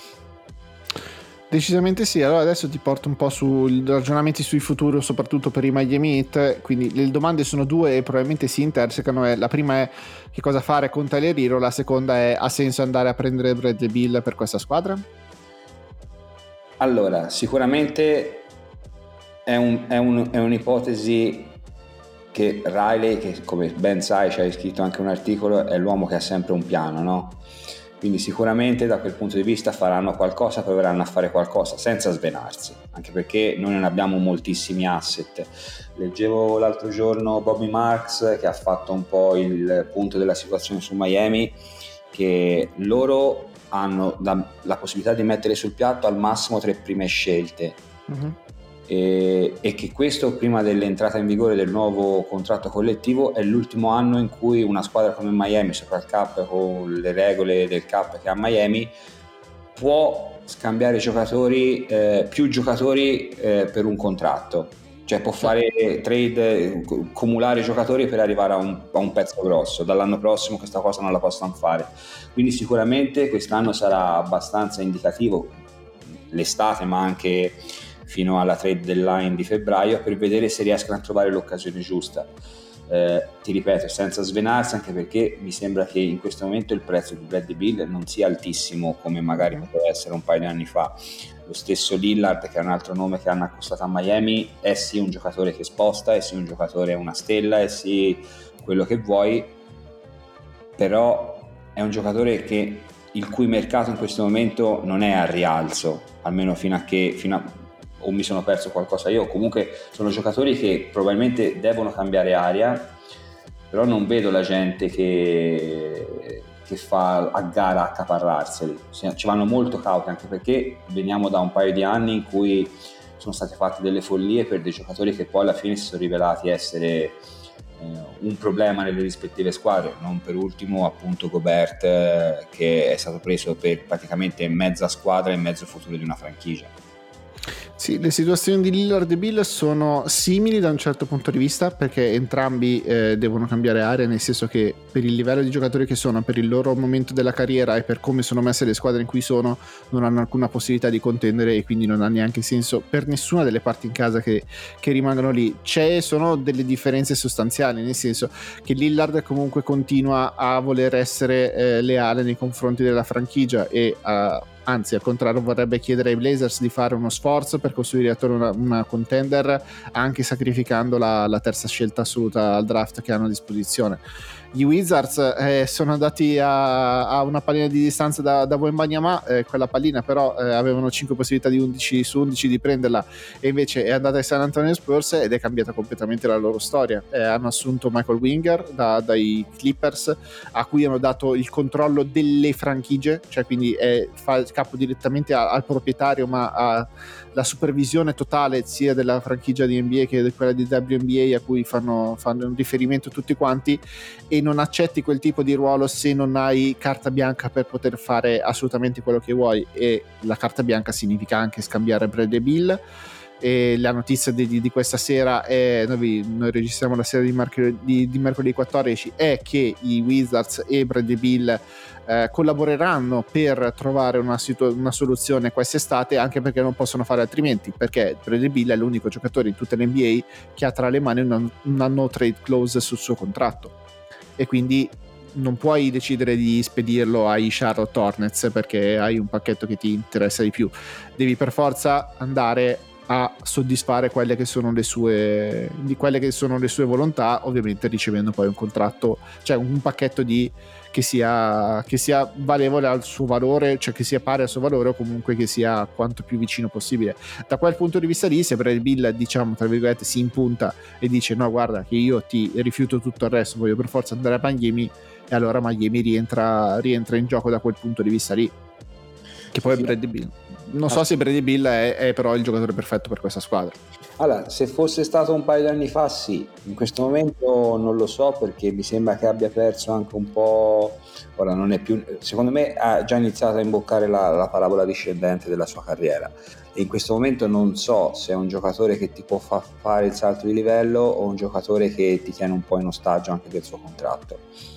Decisamente sì. Allora adesso ti porto un po' sui ragionamenti sul futuro, soprattutto per i Miami Heat. Quindi le domande sono due e probabilmente si intersecano. La prima è che cosa fare con Tyler Hero, la seconda è: ha senso andare a prendere Bradley Beal per questa squadra? Allora, sicuramente è un'ipotesi che Riley, che come ben sai ci hai scritto anche un articolo, è l'uomo che ha sempre un piano, no? Quindi sicuramente da quel punto di vista faranno qualcosa, proveranno a fare qualcosa senza svenarsi, anche perché noi non abbiamo moltissimi asset. Leggevo l'altro giorno Bobby Marks che ha fatto un po' il punto della situazione su Miami, che loro hanno la possibilità di mettere sul piatto al massimo 3 prime scelte. e che questo, prima dell'entrata in vigore del nuovo contratto collettivo, è l'ultimo anno in cui una squadra come Miami, sopra il cap, con le regole del cap che ha Miami, può scambiare giocatori, più giocatori per un contratto, cioè può fare trade, cumulare giocatori per arrivare a un pezzo grosso. Dall'anno prossimo questa cosa non la possono fare, quindi sicuramente quest'anno sarà abbastanza indicativo, l'estate ma anche fino alla trade deadline di febbraio, per vedere se riescono a trovare l'occasione giusta. Ti ripeto, senza svenarsi, anche perché mi sembra che in questo momento il prezzo di Bradley Beal non sia altissimo come magari poteva essere un paio di anni fa. Lo stesso Lillard, che è un altro nome che hanno acquistato a Miami, è sì un giocatore che sposta, è sì un giocatore, una stella, è sì quello che vuoi, però è un giocatore il cui mercato in questo momento non è al rialzo, almeno o mi sono perso qualcosa io. Comunque sono giocatori che probabilmente devono cambiare aria, però non vedo la gente che fa a gara accaparrarseli. Ci vanno molto cauti, anche perché veniamo da un paio di anni in cui sono state fatte delle follie per dei giocatori che poi alla fine si sono rivelati essere un problema nelle rispettive squadre, non per ultimo appunto Gobert, che è stato preso per praticamente mezza squadra e mezzo futuro di una franchigia. Sì, le situazioni di Lillard e Bill sono simili da un certo punto di vista, perché entrambi devono cambiare area, nel senso che per il livello di giocatori che sono, per il loro momento della carriera e per come sono messe le squadre in cui sono, non hanno alcuna possibilità di contendere, e quindi non ha neanche senso per nessuna delle parti in casa che rimangono lì. Sono delle differenze sostanziali, nel senso che Lillard comunque continua a voler essere leale nei confronti della franchigia e anzi al contrario vorrebbe chiedere ai Blazers di fare uno sforzo per costruire attorno una contender, anche sacrificando la terza scelta assoluta al draft che hanno a disposizione. Gli Wizards sono andati a una pallina di distanza da Wembanyama, quella pallina però avevano 5 possibilità di 11 su 11 di prenderla, e invece è andata ai San Antonio Spurs ed è cambiata completamente la loro storia. Hanno assunto Michael Winger dai Clippers, a cui hanno dato il controllo delle franchigie, cioè quindi fa il capo direttamente al proprietario, ma ha la supervisione totale sia della franchigia di NBA che di quella di WNBA, a cui fanno un riferimento tutti quanti, e non accetti quel tipo di ruolo se non hai carta bianca per poter fare assolutamente quello che vuoi, e la carta bianca significa anche scambiare Bradley Beal. E la notizia di questa sera noi registriamo la sera di mercoledì 14, è che i Wizards e Bradley Beal collaboreranno per trovare una soluzione quest'estate, anche perché non possono fare altrimenti, perché Bradley Beal è l'unico giocatore in tutta l'NBA che ha tra le mani una no trade clause sul suo contratto, e quindi non puoi decidere di spedirlo ai Charlotte Hornets perché hai un pacchetto che ti interessa di più, devi per forza andare a soddisfare quelle che sono le sue volontà, ovviamente ricevendo poi un contratto, cioè un pacchetto che sia valevole al suo valore, cioè che sia pari al suo valore, o comunque che sia quanto più vicino possibile. Da quel punto di vista lì, se Bradley Beal, diciamo tra virgolette, si impunta e dice no, guarda che io ti rifiuto tutto il resto, voglio per forza andare a Miami, e allora Miami rientra in gioco da quel punto di vista lì, che poi sì. Bradley Beal, non so se Bradley Beal è però il giocatore perfetto per questa squadra. Allora, se fosse stato un paio di anni fa sì, in questo momento non lo so, perché mi sembra che abbia perso anche un po', ora non è più, secondo me ha già iniziato a imboccare la parabola discendente della sua carriera, e in questo momento non so se è un giocatore che ti può fare il salto di livello o un giocatore che ti tiene un po' in ostaggio anche del suo contratto.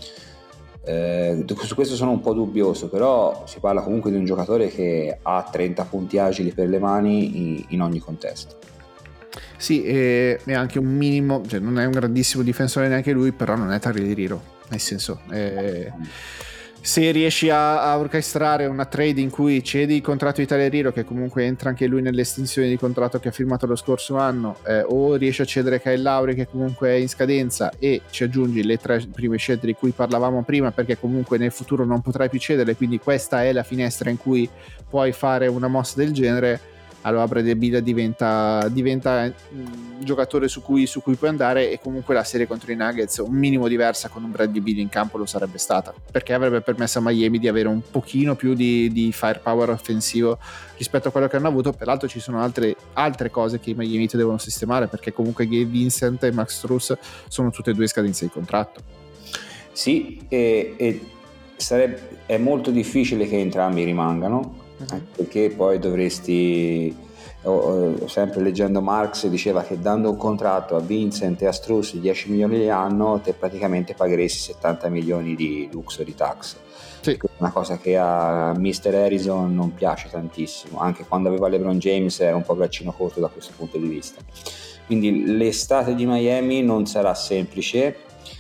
Su questo sono un po' dubbioso, però si parla comunque di un giocatore che ha 30 punti agili per le mani in ogni contesto. Sì, è anche un minimo, cioè non è un grandissimo difensore neanche lui, però non è Tyler Hero, nel senso se riesci a orchestrare una trade in cui cedi il contratto di Tyler Hero, che comunque entra anche lui nell'estinzione di contratto che ha firmato lo scorso anno, o riesci a cedere Kyle Lowry, che comunque è in scadenza, e ci aggiungi le 3 prime scelte di cui parlavamo prima, perché comunque nel futuro non potrai più cederle, quindi questa è la finestra in cui puoi fare una mossa del genere, allora Bradley Beal diventa un giocatore su cui puoi andare, e comunque la serie contro i Nuggets un minimo diversa con un Bradley Beal in campo lo sarebbe stata, perché avrebbe permesso a Miami di avere un pochino più di firepower offensivo rispetto a quello che hanno avuto. Peraltro ci sono altre cose che i Miami devono sistemare, perché comunque Gabe Vincent e Max Strus sono tutte e due scadenze di contratto. Sì, è molto difficile che entrambi rimangano, perché poi dovresti, sempre leggendo Marx diceva che dando un contratto a Vincent e a Strus 10 milioni l'anno te praticamente pagheresti 70 milioni di luxury tax. Sì. Una cosa che a Mr. Harrison non piace tantissimo, anche quando aveva LeBron James era un po' braccino corto da questo punto di vista. Quindi l'estate di Miami non sarà semplice,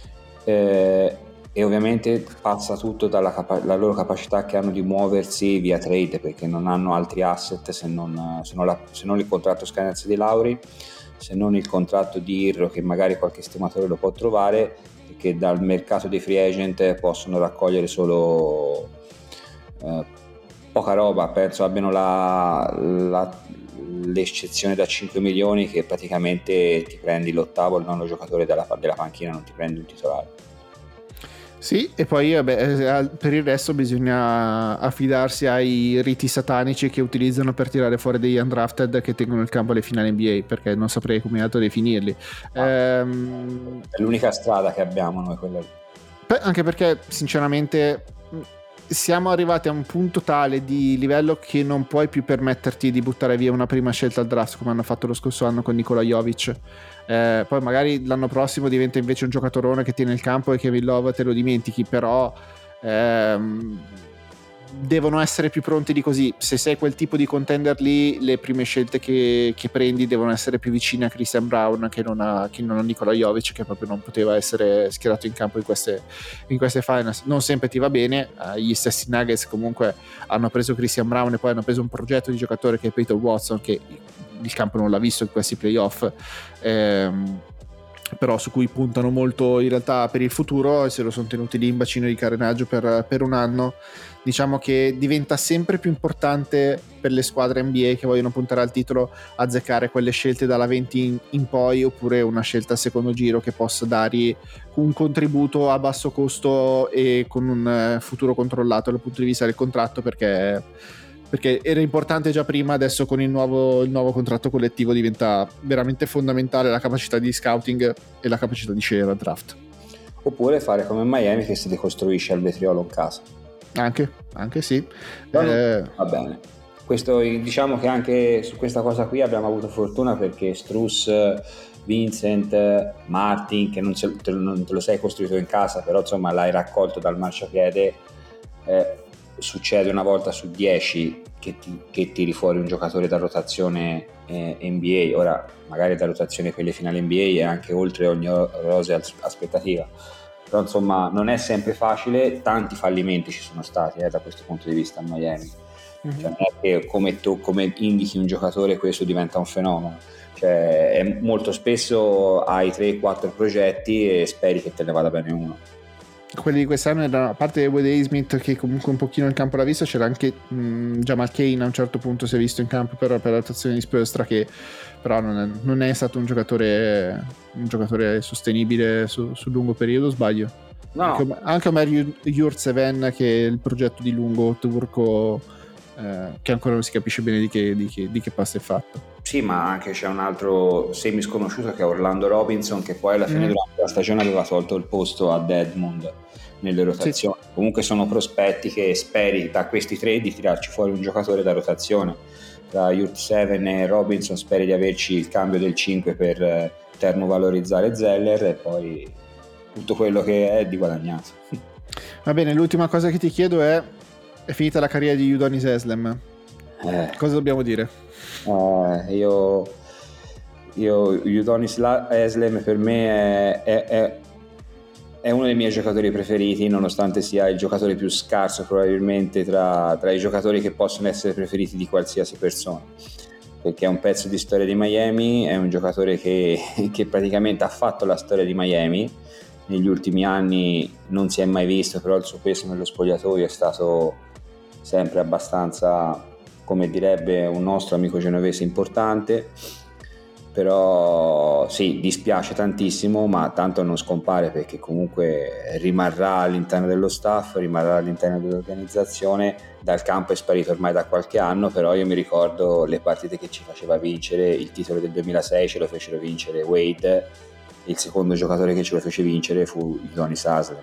e ovviamente passa tutto dalla loro capacità che hanno di muoversi via trade, perché non hanno altri asset se non il contratto scadenza di Lauri, se non il contratto di Irro, che magari qualche stimatore lo può trovare, perché dal mercato dei free agent possono raccogliere solo poca roba. Penso abbiano l'eccezione da 5 milioni, che praticamente ti prendi l'ottavo o il nono giocatore della panchina, non ti prendi un titolare. Sì, e poi per il resto bisogna affidarsi ai riti satanici che utilizzano per tirare fuori degli undrafted che tengono il campo alle finali NBA, perché non saprei come altro definirli. È l'unica strada che abbiamo noi, quella lì. Anche perché sinceramente siamo arrivati a un punto tale di livello che non puoi più permetterti di buttare via una prima scelta al draft come hanno fatto lo scorso anno con Nikola Jovic. Poi magari l'anno prossimo diventa invece un giocatorone che tiene il campo e Kevin Love te lo dimentichi, però devono essere più pronti di così. Se sei quel tipo di contender lì, le prime scelte che prendi devono essere più vicine a Christian Braun che non a Nikola Jovic, che proprio non poteva essere schierato in campo in queste finals. Non sempre ti va bene. Gli stessi Nuggets comunque hanno preso Christian Braun e poi hanno preso un progetto di giocatore che è Peyton Watson, che il campo non l'ha visto in questi playoff, però su cui puntano molto in realtà per il futuro, e se lo sono tenuti lì in bacino di carenaggio per un anno. Diciamo che diventa sempre più importante per le squadre NBA che vogliono puntare al titolo azzeccare quelle scelte dalla 20 in poi, oppure una scelta al secondo giro che possa dare un contributo a basso costo e con un futuro controllato dal punto di vista del contratto, perché era importante già prima. Adesso con il nuovo contratto collettivo diventa veramente fondamentale la capacità di scouting e la capacità di scegliere al draft. Oppure fare come Miami, che si ricostruisce al vetriolo in casa. Anche sì. Va bene. Questo, diciamo che anche su questa cosa qui abbiamo avuto fortuna, perché Strus, Vincent, Martin, che non te lo sei costruito in casa, però insomma l'hai raccolto dal marciapiede. Succede una volta su 10 che tiri fuori un giocatore da rotazione NBA. Ora magari da rotazione per le finali NBA è anche oltre ogni rosea aspettativa, però insomma non è sempre facile. Tanti fallimenti ci sono stati da questo punto di vista a Miami. Cioè, non è che come indichi un giocatore questo diventa un fenomeno, cioè molto spesso hai 3-4 progetti e speri che te ne vada bene uno. Quelli di quest'anno erano, a parte Wade Smith che comunque un pochino il campo l'ha visto, c'era anche Jamal Cain a un certo punto si è visto in campo per l'attuazione di Spoelstra, che però non è stato un giocatore sostenibile sul lungo periodo, sbaglio? No. Anche Omer Yurtseven, che è il progetto di lungo turco, che ancora non si capisce bene di che passo è fatto. Sì, ma anche c'è un altro semi sconosciuto che è Orlando Robinson, che poi alla fine durante la stagione aveva tolto il posto ad Edmond nelle rotazioni. Sì. Comunque sono prospetti che speri da questi tre di tirarci fuori un giocatore da rotazione. Tra Yurtseven e Robinson speri di averci il cambio del 5 per termovalorizzare Zeller, e poi tutto quello che è di guadagnato. Va bene, l'ultima cosa che ti chiedo è finita la carriera di Udonis Haslem? Cosa dobbiamo dire? Io Udonis Haslem per me è uno dei miei giocatori preferiti, nonostante sia il giocatore più scarso probabilmente tra i giocatori che possono essere preferiti di qualsiasi persona, perché è un pezzo di storia di Miami, è un giocatore che praticamente ha fatto la storia di Miami. Negli ultimi anni non si è mai visto, però il suo peso nello spogliatoio è stato sempre abbastanza come direbbe un nostro amico genovese importante. Però sì, dispiace tantissimo, ma tanto non scompare, perché comunque rimarrà all'interno dello staff, rimarrà all'interno dell'organizzazione. Dal campo è sparito ormai da qualche anno, però io mi ricordo le partite che ci faceva vincere. Il titolo del 2006 ce lo fecero vincere Wade, il secondo giocatore che ce lo fece vincere fu Udonis Haslem.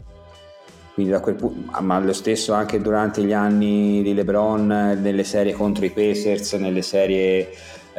Quindi da quel punto, ma lo stesso anche durante gli anni di LeBron, nelle serie contro i Pacers, nelle serie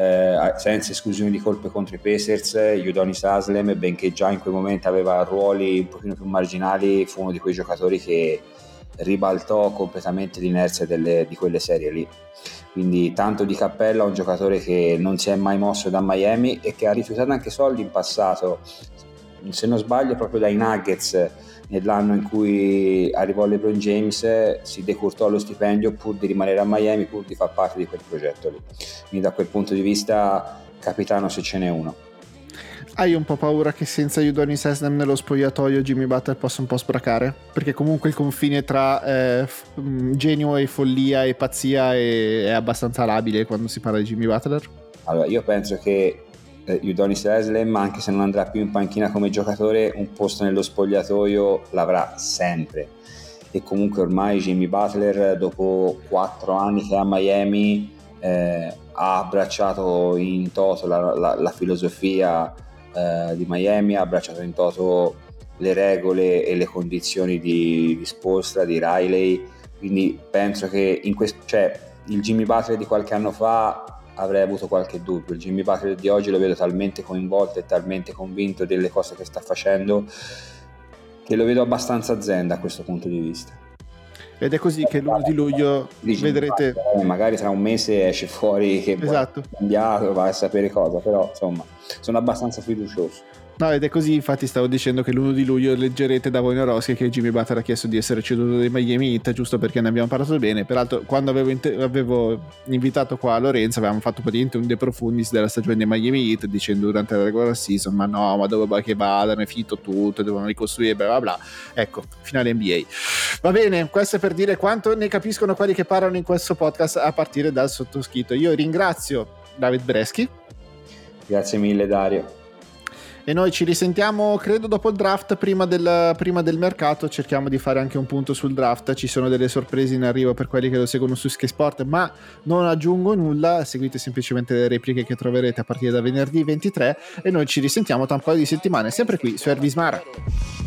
senza esclusione di colpe contro i Pacers, Udonis Haslem, benché già in quel momento aveva ruoli un pochino più marginali, fu uno di quei giocatori che ribaltò completamente l'inerzia di quelle serie lì. Quindi tanto di cappello a un giocatore che non si è mai mosso da Miami e che ha rifiutato anche soldi in passato, se non sbaglio proprio dai Nuggets. Nell'anno in cui arrivò LeBron James si decurtò lo stipendio pur di rimanere a Miami, pur di far parte di quel progetto lì. Quindi da quel punto di vista, capitano se ce n'è uno. Hai un po' paura che senza Udonis Haslem nello spogliatoio Jimmy Butler possa un po' spracare? Perché comunque il confine tra genio e follia e pazzia è abbastanza labile quando si parla di Jimmy Butler? Allora, io penso che Udonis Haslem, anche se non andrà più in panchina come giocatore, un posto nello spogliatoio l'avrà sempre. E comunque ormai Jimmy Butler, dopo 4 anni che è a Miami, ha abbracciato in toto la filosofia di Miami, ha abbracciato in toto le regole e le condizioni di Spoelstra, di Riley. Quindi penso che il Jimmy Butler di qualche anno fa avrei avuto qualche dubbio. Il Jimmy Butler di oggi lo vedo talmente coinvolto e talmente convinto delle cose che sta facendo che lo vedo abbastanza zen da questo punto di vista. Ed è così che l'1 di luglio vedrete, magari tra un mese esce fuori che esatto, è cambiato, va a sapere cosa, però insomma sono abbastanza fiducioso. No, ed è così, infatti stavo dicendo che l'1 di luglio leggerete da Wojnarowski che Jimmy Butler ha chiesto di essere ceduto dai Miami Heat, giusto perché ne abbiamo parlato bene. Peraltro quando avevo invitato qua Lorenzo avevamo fatto praticamente un de profundis della stagione dei Miami Heat, dicendo durante la regular season ma dove vuoi che vadano, è finito tutto, devono ricostruire bla bla bla. Ecco, finale NBA. Va bene, questo è per dire quanto ne capiscono quelli che parlano in questo podcast a partire dal sottoscritto. Io ringrazio David Breschi. Grazie mille Dario. E noi ci risentiamo credo dopo il draft, prima del mercato. Cerchiamo di fare anche un punto sul draft, ci sono delle sorprese in arrivo per quelli che lo seguono su Sky Sport, ma non aggiungo nulla, seguite semplicemente le repliche che troverete a partire da venerdì 23 e noi ci risentiamo tra un paio di settimane sempre qui su Ervismara.